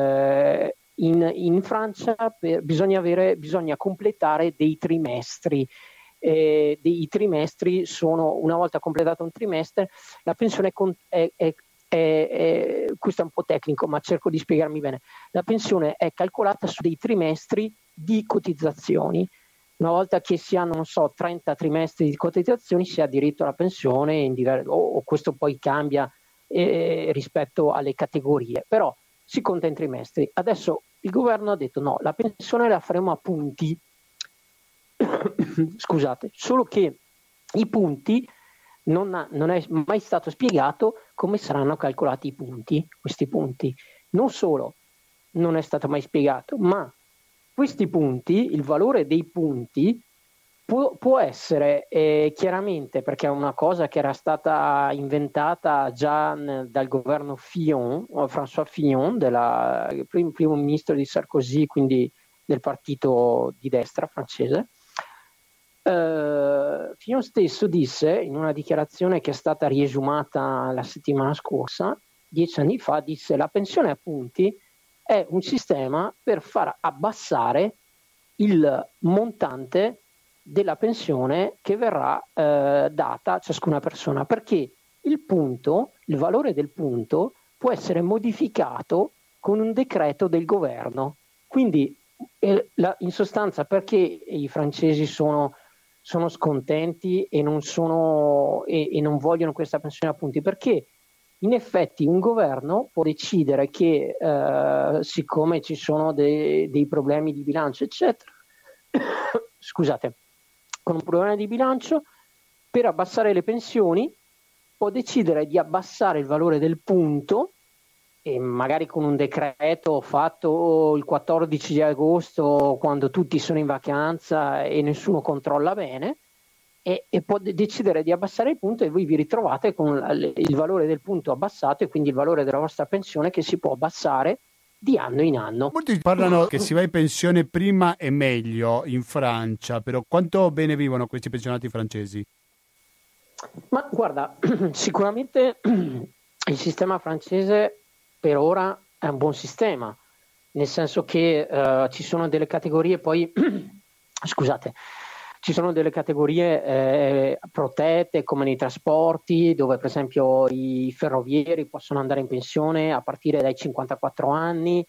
in Francia bisogna completare dei trimestri. Dei trimestri sono, una volta completato un trimestre, la pensione questo è un po' tecnico, ma cerco di spiegarmi bene. La pensione è calcolata su dei trimestri di cotizzazioni. Una volta che si hanno, 30 trimestri di cotizzazioni, si ha diritto alla pensione, o questo poi cambia rispetto alle categorie, però si conta in trimestri. Adesso il governo ha detto no, la pensione la faremo a punti. Scusate, solo che i punti non è mai stato spiegato come saranno calcolati i punti, questi punti. Non solo non è stato mai spiegato, ma questi punti, il valore dei punti può essere chiaramente, perché è una cosa che era stata inventata già dal governo Fillon, François Fillon, il primo ministro di Sarkozy, quindi del partito di destra francese. Fillon stesso disse in una dichiarazione che è stata riesumata la settimana scorsa, 10 anni fa, disse: la pensione a punti è un sistema per far abbassare il montante della pensione che verrà data a ciascuna persona, perché il valore del punto può essere modificato con un decreto del governo. Quindi in sostanza, perché i francesi sono scontenti e non vogliono questa pensione a punti? Perché in effetti un governo può decidere che siccome ci sono dei problemi di bilancio, eccetera, scusate, con un problema di bilancio, per abbassare le pensioni può decidere di abbassare il valore del punto, e magari con un decreto fatto il 14 di agosto, quando tutti sono in vacanza e nessuno controlla bene, e può decidere di abbassare il punto, e voi vi ritrovate con il valore del punto abbassato, e quindi il valore della vostra pensione che si può abbassare di anno in anno. Molti parlano che si va in pensione prima e meglio in Francia, però quanto bene vivono questi pensionati francesi? Ma guarda, sicuramente il sistema francese per ora è un buon sistema, nel senso che ci sono delle categorie poi scusate, ci sono delle categorie protette, come nei trasporti, dove per esempio i ferrovieri possono andare in pensione a partire dai 54 anni,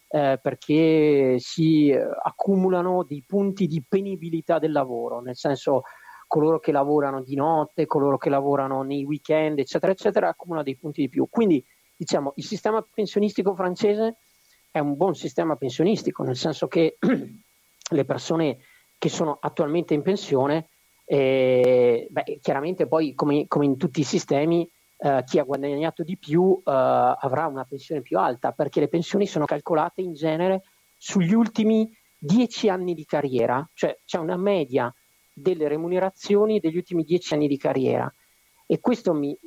perché si accumulano dei punti di penibilità del lavoro, nel senso coloro che lavorano di notte, coloro che lavorano nei weekend, eccetera, eccetera, accumulano dei punti di più. Quindi diciamo il sistema pensionistico francese è un buon sistema pensionistico, nel senso che le persone che sono attualmente in pensione, chiaramente poi come in tutti i sistemi, chi ha guadagnato di più avrà una pensione più alta, perché le pensioni sono calcolate in genere sugli ultimi 10 anni di carriera, cioè c'è una media delle remunerazioni degli ultimi 10 anni di carriera, e questo mi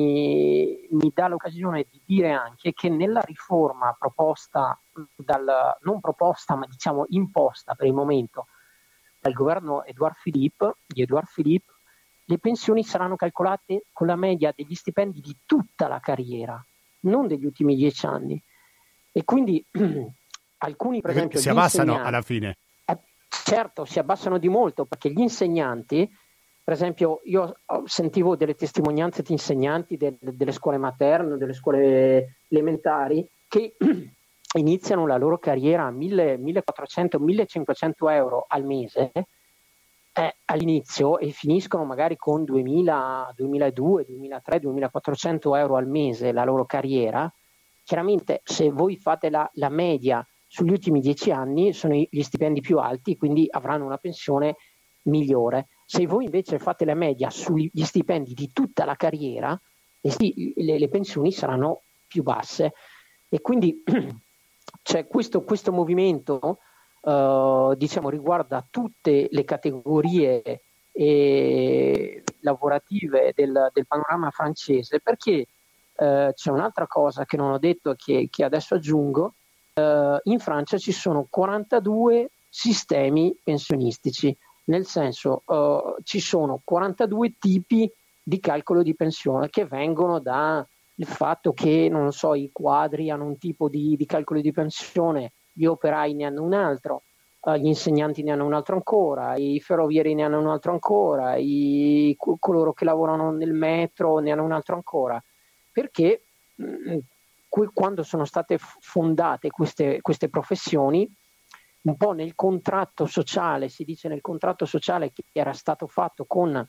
dà l'occasione di dire anche che nella riforma proposta non proposta, ma diciamo imposta per il momento dal governo di Édouard Philippe, le pensioni saranno calcolate con la media degli stipendi di tutta la carriera, non degli ultimi 10 anni. E quindi alcuni, per esempio, si abbassano alla fine. Certo, si abbassano di molto, perché gli insegnanti, per esempio, io sentivo delle testimonianze di insegnanti delle scuole materne, delle scuole elementari, che iniziano la loro carriera a 1.400, 1.500 euro al mese all'inizio, e finiscono magari con 2.000, 2.200, 2.300, 2.400 euro al mese la loro carriera. Chiaramente, se voi fate la media sugli ultimi 10 anni, sono gli stipendi più alti, quindi avranno una pensione migliore. Se voi invece fate la media sugli stipendi di tutta la carriera, le pensioni saranno più basse. E quindi c'è questo movimento, diciamo, riguarda tutte le categorie lavorative del panorama francese, perché c'è un'altra cosa che non ho detto e che adesso aggiungo. In Francia ci sono 42 sistemi pensionistici, nel senso ci sono 42 tipi di calcolo di pensione, che vengono dal fatto che, non so, i quadri hanno un tipo di calcolo di pensione, gli operai ne hanno un altro, gli insegnanti ne hanno un altro ancora, i ferrovieri ne hanno un altro ancora, coloro che lavorano nel metro ne hanno un altro ancora, perché quando sono state fondate queste professioni, un po' nel contratto sociale, si dice nel contratto sociale che era stato fatto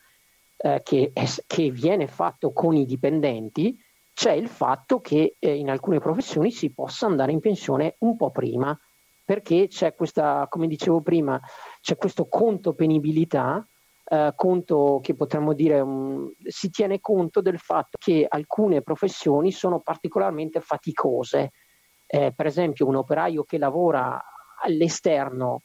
che viene fatto con i dipendenti, c'è il fatto che in alcune professioni si possa andare in pensione un po' prima, perché c'è questa, come dicevo prima, c'è questo conto penibilità, conto che potremmo dire si tiene conto del fatto che alcune professioni sono particolarmente faticose. Per esempio, un operaio che lavora all'esterno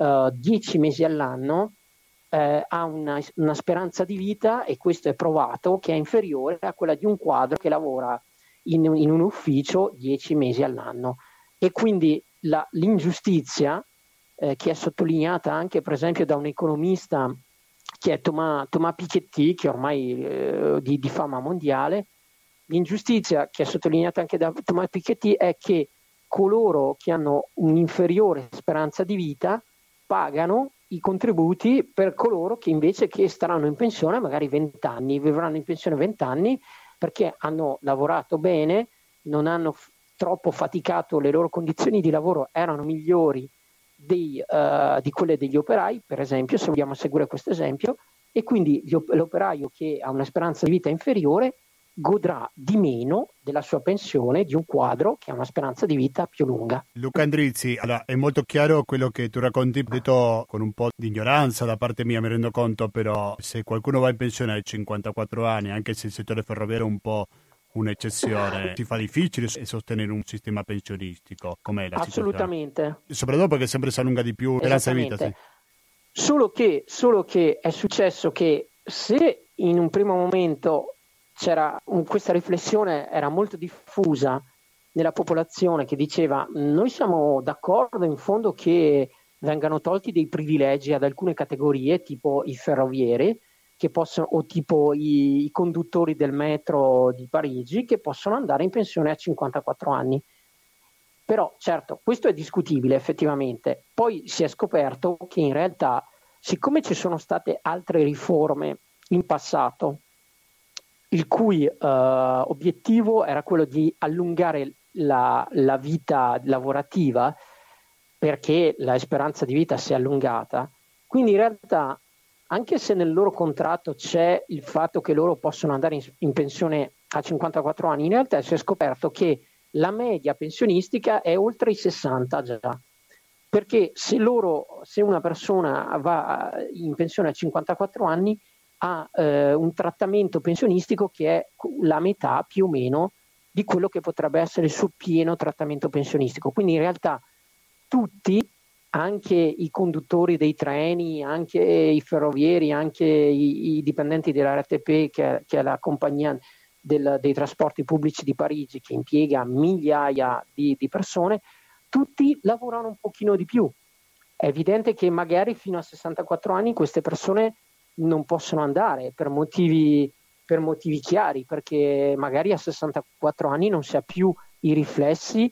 10 mesi all'anno ha una speranza di vita, e questo è provato, che è inferiore a quella di un quadro che lavora in un ufficio 10 mesi all'anno. E quindi l'ingiustizia, che è sottolineata anche per esempio da un economista che è Thomas Piketty, che ormai di fama mondiale, l'ingiustizia che è sottolineata anche da Thomas Piketty è che coloro che hanno un'inferiore speranza di vita pagano i contributi per coloro che invece che staranno in pensione magari 20 anni, vivranno in pensione 20 anni perché hanno lavorato bene, non hanno troppo faticato, le loro condizioni di lavoro erano migliori di quelle degli operai, per esempio, se vogliamo seguire questo esempio, e quindi l'operaio che ha una speranza di vita inferiore godrà di meno della sua pensione di un quadro che ha una speranza di vita più lunga. Luca Andrizzi, allora, è molto chiaro quello che tu racconti, detto con un po' di ignoranza da parte mia, mi rendo conto, però se qualcuno va in pensione ai 54 anni, anche se il settore ferroviario è un po' un'eccezione, si fa difficile sostenere un sistema pensionistico. Com'è la Assolutamente. Situazione? Soprattutto perché sempre si allunga di più speranza di vita. Sì. Solo che è successo che se in un primo momento questa riflessione era molto diffusa nella popolazione, che diceva noi siamo d'accordo in fondo che vengano tolti dei privilegi ad alcune categorie, tipo i ferrovieri, che possono, o tipo i conduttori del metro di Parigi, che possono andare in pensione a 54 anni. Però certo, questo è discutibile effettivamente. Poi si è scoperto che in realtà, siccome ci sono state altre riforme in passato, il cui obiettivo era quello di allungare la vita lavorativa, perché la speranza di vita si è allungata, quindi in realtà, anche se nel loro contratto c'è il fatto che loro possono andare in pensione a 54 anni, in realtà si è scoperto che la media pensionistica è oltre i 60 già, perché se una persona va in pensione a 54 anni ha un trattamento pensionistico che è la metà più o meno di quello che potrebbe essere il suo pieno trattamento pensionistico. Quindi in realtà tutti, anche i conduttori dei treni, anche i ferrovieri, anche i dipendenti della RATP, che è la compagnia dei trasporti pubblici di Parigi, che impiega migliaia di persone, tutti lavorano un pochino di più. È evidente che magari fino a 64 anni queste persone non possono andare per motivi chiari, perché magari a 64 anni non si ha più i riflessi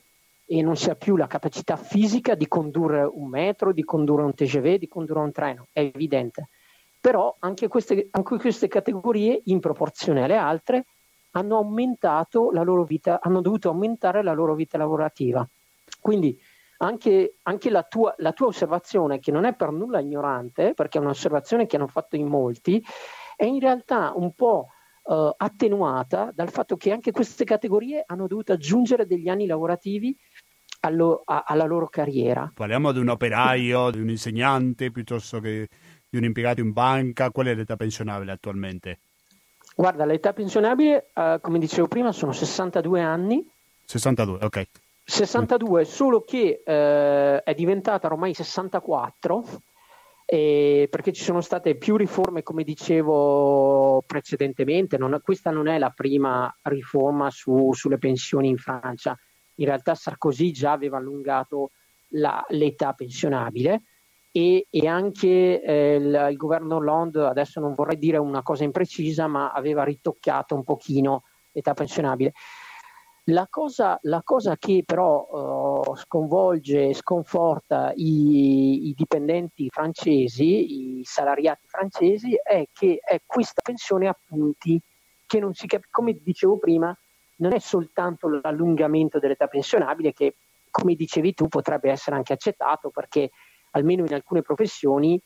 e non si ha più la capacità fisica di condurre un metro, di condurre un TGV, di condurre un treno, è evidente. Però anche queste categorie, in proporzione alle altre, hanno aumentato la loro vita, hanno dovuto aumentare la loro vita lavorativa. Quindi anche la tua osservazione, che non è per nulla ignorante, perché è un'osservazione che hanno fatto in molti, è in realtà un po' attenuata dal fatto che anche queste categorie hanno dovuto aggiungere degli anni lavorativi alla loro carriera. Parliamo di un operaio, di un insegnante, piuttosto che di un impiegato in banca. Qual è l'età pensionabile attualmente? Guarda, l'età pensionabile, come dicevo prima, sono 62 anni. 62, ok. 62, solo che è diventata ormai 64, perché ci sono state più riforme, come dicevo precedentemente. Questa non è la prima riforma sulle pensioni in Francia. In realtà Sarkozy già aveva allungato l'età pensionabile e anche il governo Hollande, adesso non vorrei dire una cosa imprecisa, ma aveva ritoccato un pochino l'età pensionabile. La cosa che però sconvolge e sconforta i dipendenti francesi, i salariati francesi, è che è questa pensione a punti che non si capisce. Come dicevo prima, non è soltanto l'allungamento dell'età pensionabile, che come dicevi tu potrebbe essere anche accettato, perché almeno in alcune professioni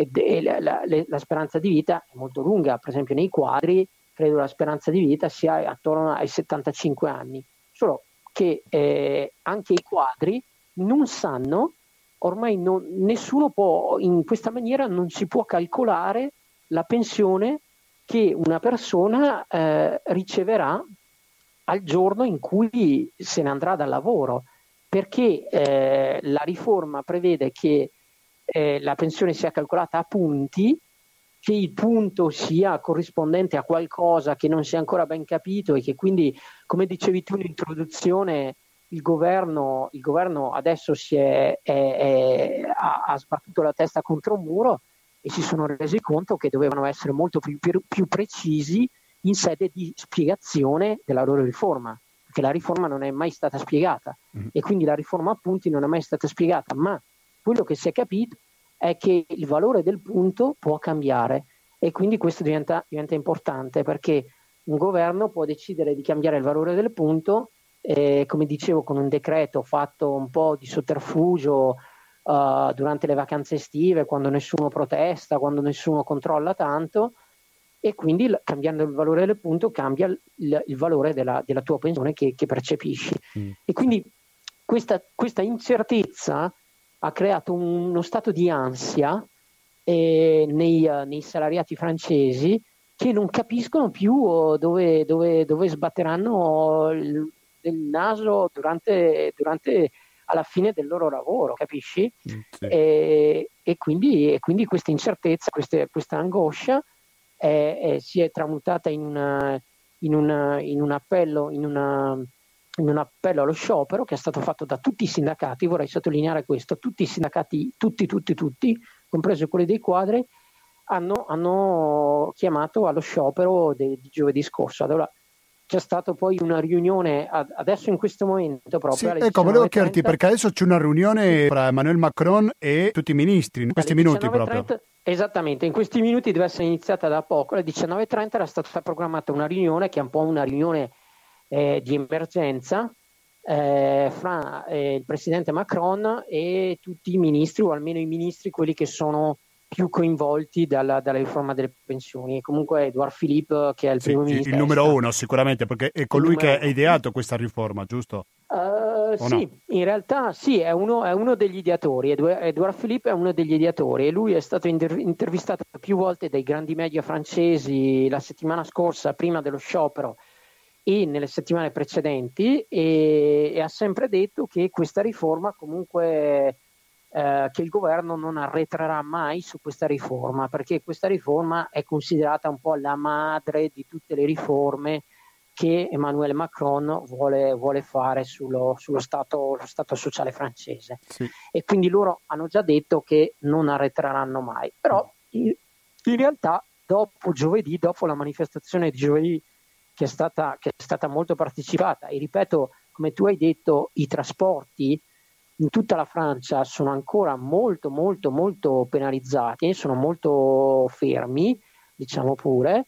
la speranza di vita è molto lunga. Per esempio nei quadri credo la speranza di vita sia attorno ai 75 anni. Solo che anche i quadri non sanno, ormai nessuno può, in questa maniera non si può calcolare la pensione che una persona riceverà al giorno in cui se ne andrà dal lavoro, perché la riforma prevede che la pensione sia calcolata a punti, che il punto sia corrispondente a qualcosa che non si è ancora ben capito e che quindi, come dicevi tu in introduzione, il governo adesso ha sbattuto la testa contro un muro e si sono resi conto che dovevano essere molto più precisi in sede di spiegazione della loro riforma, perché la riforma non è mai stata spiegata e quindi la riforma a punti non è mai stata spiegata, ma quello che si è capito è che il valore del punto può cambiare e quindi questo diventa importante, perché un governo può decidere di cambiare il valore del punto, come dicevo, con un decreto fatto un po' di sotterfugio durante le vacanze estive, quando nessuno protesta, quando nessuno controlla tanto, e quindi cambiando il valore del punto cambia il valore della tua pensione che percepisci. E quindi questa incertezza ha creato uno stato di ansia nei salariati francesi, che non capiscono più dove sbatteranno il naso durante alla fine del loro lavoro, capisci? Sì. E quindi questa incertezza, questa angoscia si è tramutata in un appello allo sciopero che è stato fatto da tutti i sindacati. Vorrei sottolineare questo: tutti i sindacati, tutti, compreso quelli dei quadri, hanno chiamato allo sciopero di giovedì scorso. Allora c'è stata poi una riunione adesso in questo momento proprio. Sì, ecco, volevo chiederti, perché adesso c'è una riunione tra Emmanuel Macron e tutti i ministri, in questi minuti proprio. Esattamente, in questi minuti deve essere iniziata da poco, alle 19:30 era stata programmata una riunione che è un po' una riunione di emergenza fra il presidente Macron e tutti i ministri, o almeno i ministri, quelli che sono più coinvolti dalla riforma delle pensioni, e comunque Edouard Philippe, che è il primo ministro. Il numero uno sicuramente, perché è colui che ha ideato questa riforma, giusto? Sì, no? In realtà sì, è uno degli ideatori. Edouard Philippe è uno degli ideatori e lui è stato intervistato più volte dai grandi media francesi la settimana scorsa, prima dello sciopero, e nelle settimane precedenti, e ha sempre detto che questa riforma comunque che il governo non arretrerà mai su questa riforma, perché questa riforma è considerata un po' la madre di tutte le riforme che Emmanuel Macron vuole fare sullo stato sociale francese. Sì. E quindi loro hanno già detto che non arretreranno mai. Però in realtà dopo la manifestazione di giovedì, che è stata molto partecipata, e ripeto, come tu hai detto, i trasporti in tutta la Francia sono ancora molto molto molto penalizzati, sono molto fermi, diciamo pure,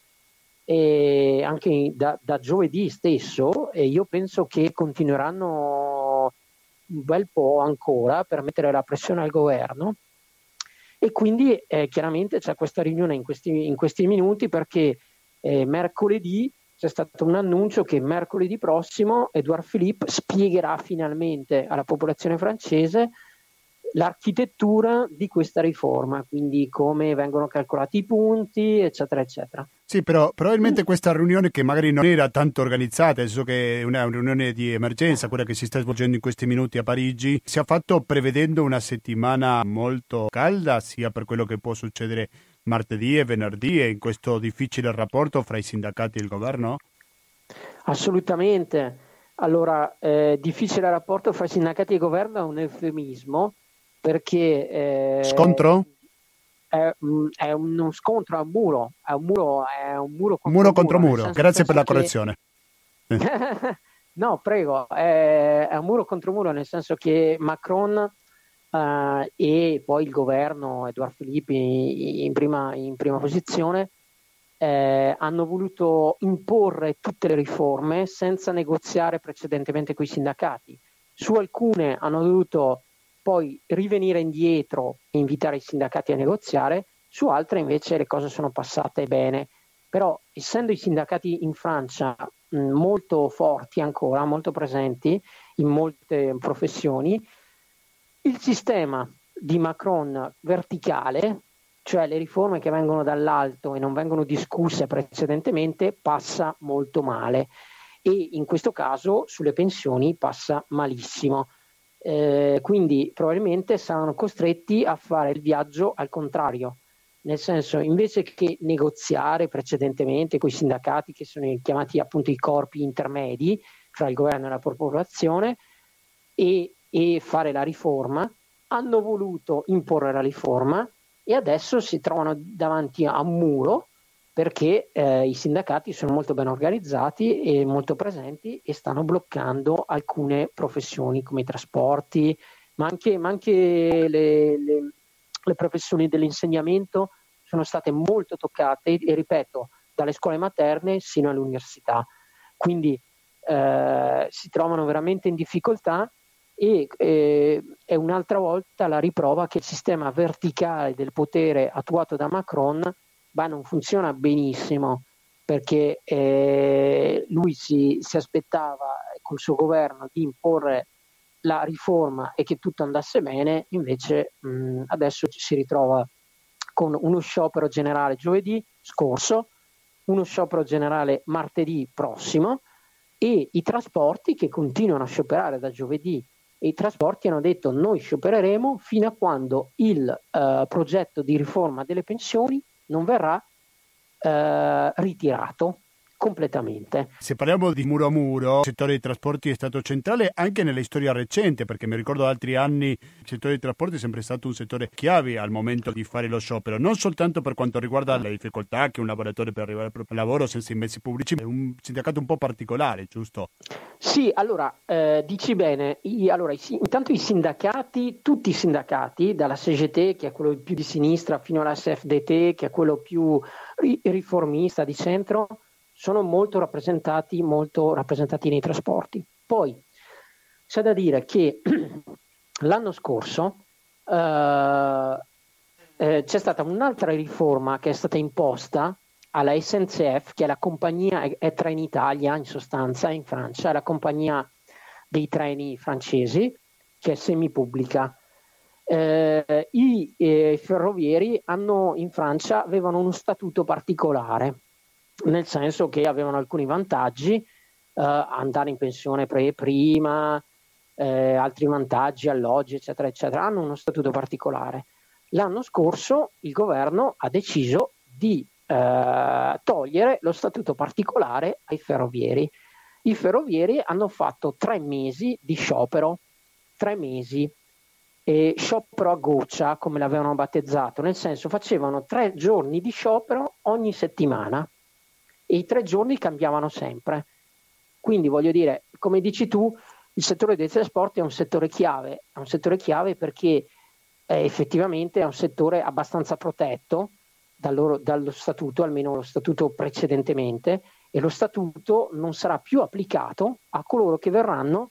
e anche da giovedì stesso, e io penso che continueranno un bel po' ancora per mettere la pressione al governo. E quindi chiaramente c'è questa riunione in questi minuti, perché mercoledì c'è stato un annuncio che mercoledì prossimo Édouard Philippe spiegherà finalmente alla popolazione francese l'architettura di questa riforma, quindi come vengono calcolati i punti, eccetera, eccetera. Sì, però probabilmente questa riunione, che magari non era tanto organizzata, nel senso che è una riunione di emergenza, quella che si sta svolgendo in questi minuti a Parigi, si è fatto prevedendo una settimana molto calda, sia per quello che può succedere martedì e venerdì, e in questo difficile rapporto fra i sindacati e il governo? Assolutamente. Allora, difficile rapporto fra i sindacati e il governo è un eufemismo, perché scontro? È uno scontro, è un muro Contro muro. Grazie per la correzione. No, prego, è un muro contro muro, nel senso che Macron e poi il governo, Édouard Philippe in prima posizione, hanno voluto imporre tutte le riforme senza negoziare precedentemente con i sindacati. Su alcune hanno dovuto poi rivenire indietro e invitare i sindacati a negoziare, su altre invece le cose sono passate bene. Però, essendo i sindacati in Francia molto forti ancora, molto presenti in molte professioni, il sistema di Macron verticale, cioè le riforme che vengono dall'alto e non vengono discusse precedentemente, passa molto male, e in questo caso sulle pensioni passa malissimo. Quindi probabilmente saranno costretti a fare il viaggio al contrario, nel senso, invece che negoziare precedentemente con i sindacati, che sono chiamati appunto i corpi intermedi fra il governo e la popolazione, e fare la riforma, hanno voluto imporre la riforma e adesso si trovano davanti a un muro, perché i sindacati sono molto ben organizzati e molto presenti e stanno bloccando alcune professioni come i trasporti, ma anche le professioni dell'insegnamento sono state molto toccate, e ripeto, dalle scuole materne sino all'università. Quindi si trovano veramente in difficoltà, e è un'altra volta la riprova che il sistema verticale del potere attuato da Macron non funziona benissimo, perché lui si aspettava col suo governo di imporre la riforma e che tutto andasse bene, invece adesso ci si ritrova con uno sciopero generale giovedì scorso, uno sciopero generale martedì prossimo, e i trasporti che continuano a scioperare da giovedì. E i trasporti hanno detto: noi sciopereremo fino a quando il progetto di riforma delle pensioni non verrà ritirato completamente. Se parliamo di muro a muro, il settore dei trasporti è stato centrale anche nella storia recente, perché mi ricordo altri anni il settore dei trasporti è sempre stato un settore chiave al momento di fare lo sciopero, non soltanto per quanto riguarda le difficoltà che un lavoratore per arrivare al proprio lavoro senza i mezzi pubblici, è un sindacato un po' particolare, giusto? Sì, allora, dici bene. Intanto i sindacati, tutti i sindacati, dalla CGT, che è quello più di sinistra, fino alla CFDT, che è quello più riformista di centro, sono molto rappresentati nei trasporti. Poi c'è da dire che l'anno scorso c'è stata un'altra riforma che è stata imposta alla SNCF, che è la compagnia, è Trenitalia in sostanza, in Francia, è la compagnia dei treni francesi, che è semipubblica. I ferrovieri in Francia avevano uno statuto particolare, nel senso che avevano alcuni vantaggi, andare in pensione prima, altri vantaggi, alloggi, eccetera, eccetera. Hanno uno statuto particolare. L'anno scorso il governo ha deciso di togliere lo statuto particolare ai ferrovieri. I ferrovieri hanno fatto 3 mesi di sciopero, 3 mesi, sciopero a goccia, come l'avevano battezzato, nel senso facevano 3 giorni di sciopero ogni settimana, e i 3 giorni cambiavano sempre. Quindi voglio dire, come dici tu, il settore dei trasporti è un settore chiave perché effettivamente è un settore abbastanza protetto dallo statuto, almeno lo statuto precedentemente, e lo statuto non sarà più applicato a coloro che verranno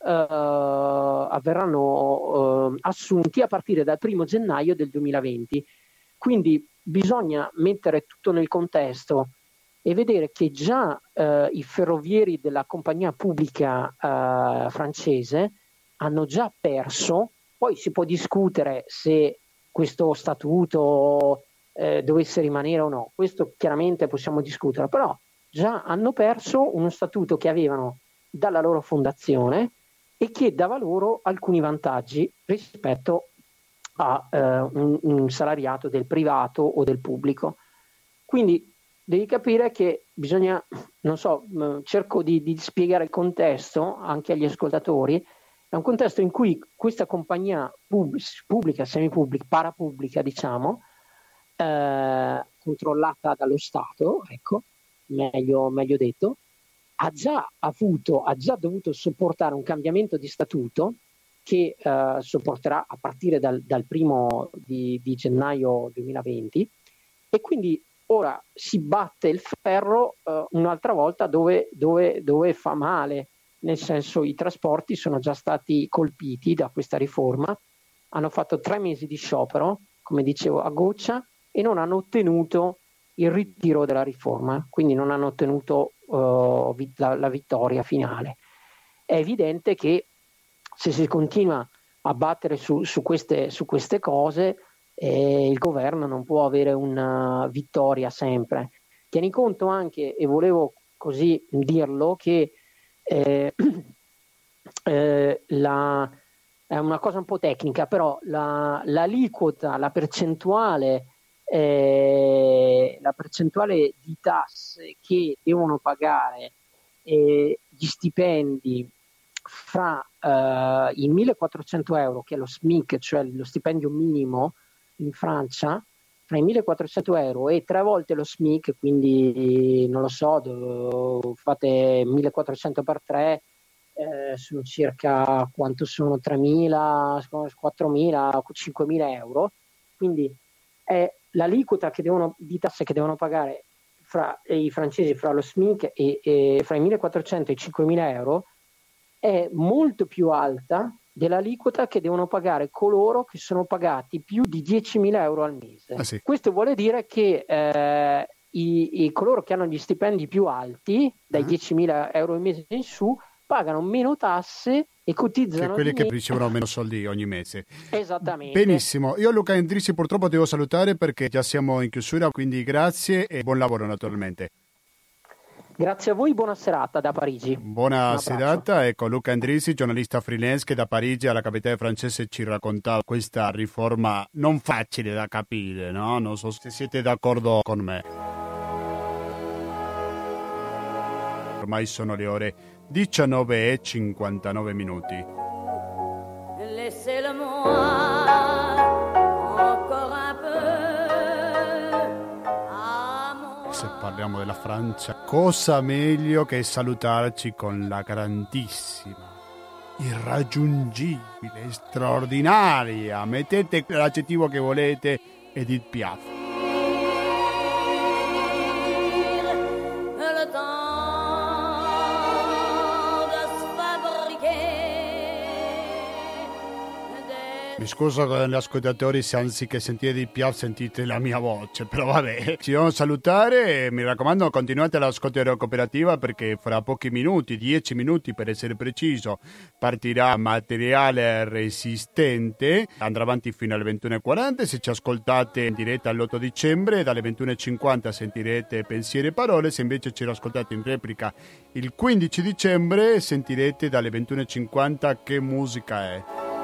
assunti a partire dal 1 gennaio del 2020. Quindi bisogna mettere tutto nel contesto e vedere che già i ferrovieri della compagnia pubblica francese hanno già perso. Poi si può discutere se questo statuto dovesse rimanere o no, questo chiaramente possiamo discutere, però già hanno perso uno statuto che avevano dalla loro fondazione e che dava loro alcuni vantaggi rispetto a un salariato del privato o del pubblico. Quindi devi capire che bisogna, non so, cerco di spiegare il contesto anche agli ascoltatori. È un contesto in cui questa compagnia pubblica, semipubblica, parapubblica, diciamo, controllata dallo Stato, ecco, meglio detto, ha già dovuto sopportare un cambiamento di statuto che sopporterà a partire dal 1 di gennaio 2020, e quindi ora si batte il ferro un'altra volta dove fa male, nel senso i trasporti sono già stati colpiti da questa riforma, hanno fatto 3 mesi di sciopero, come dicevo, a goccia, e non hanno ottenuto il ritiro della riforma, quindi non hanno ottenuto la vittoria finale. È evidente che se si continua a battere su queste cose, il governo non può avere una vittoria sempre. Tieni conto anche, e volevo così dirlo, che è una cosa un po' tecnica, però l'aliquota, la percentuale di tasse che devono pagare gli stipendi fra i 1.400 euro, che è lo SMIC, cioè lo stipendio minimo in Francia, fra i 1.400 euro e 3 volte lo SMIC, quindi non lo so, fate 1.400 per 3, sono circa, quanto sono, 3.000, 4.000, 5.000 euro, quindi è l'aliquota di tasse che devono pagare i francesi fra lo SMIC e fra i 1.400 e i 5.000 euro è molto più alta dell'aliquota che devono pagare coloro che sono pagati più di 10.000 euro al mese. Sì. Questo vuole dire che coloro che hanno gli stipendi più alti, dai 10.000 euro al mese in su, pagano meno tasse e cotizzano, che quelli che ricevono meno soldi ogni mese. Esattamente. Benissimo, io Luca Endrissi purtroppo devo salutare perché già siamo in chiusura, quindi grazie e buon lavoro naturalmente. Grazie a voi, buona serata da Parigi. Buona serata, ecco Luca Endrissi, giornalista freelance che da Parigi alla capitale francese ci racconta questa riforma non facile da capire, no? Non so se siete d'accordo con me. Ormai sono le ore 19:59 minuti. Se parliamo della Francia, cosa meglio che salutarci con la grandissima, irraggiungibile, straordinaria, mettete l'aggettivo che volete, Edith Piaf. Mi scuso con gli ascoltatori se anziché sentire di Piaf sentite la mia voce, però vabbè. Ci devo salutare e mi raccomando continuate all'ascolto della cooperativa perché fra pochi minuti, 10 minuti per essere preciso, partirà Materiale Resistente, andrà avanti fino alle 21:40, se ci ascoltate in diretta l'8 dicembre dalle 21:50 sentirete Pensieri e Parole, se invece ci ascoltate in replica il 15 dicembre sentirete dalle 21:50 Che musica è.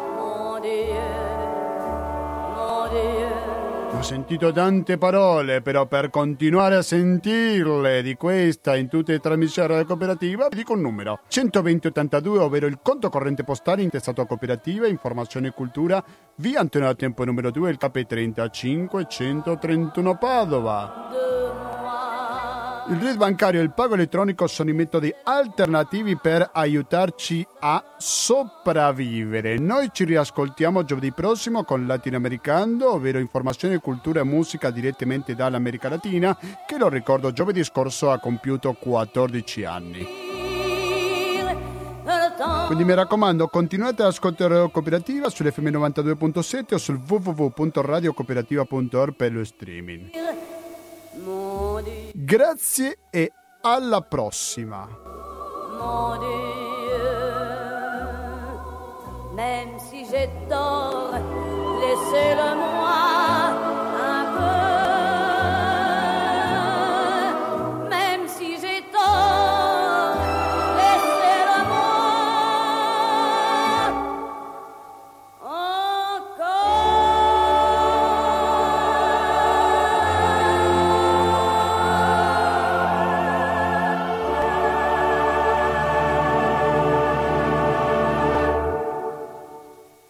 Ho sentito tante parole, però per continuare a sentirle di questa in tutte le trasmissioni della cooperativa vi dico un numero: 12082, ovvero il conto corrente postale intestato a Cooperativa Informazione e Cultura, via Antonio da Tempo numero 2, il KP 35 131 Padova. Il RID bancario e il pago elettronico sono i metodi alternativi per aiutarci a sopravvivere. Noi ci riascoltiamo giovedì prossimo con Latinoamericano, ovvero informazione, cultura e musica direttamente dall'America Latina, che lo ricordo giovedì scorso ha compiuto 14 anni. Quindi mi raccomando, continuate ad ascoltare Radio Cooperativa sull'FM 92.7 o sul www.radiocooperativa.org per lo streaming. Grazie e alla prossima. Mon Dieu, même si j'ai tort, laissez le monde.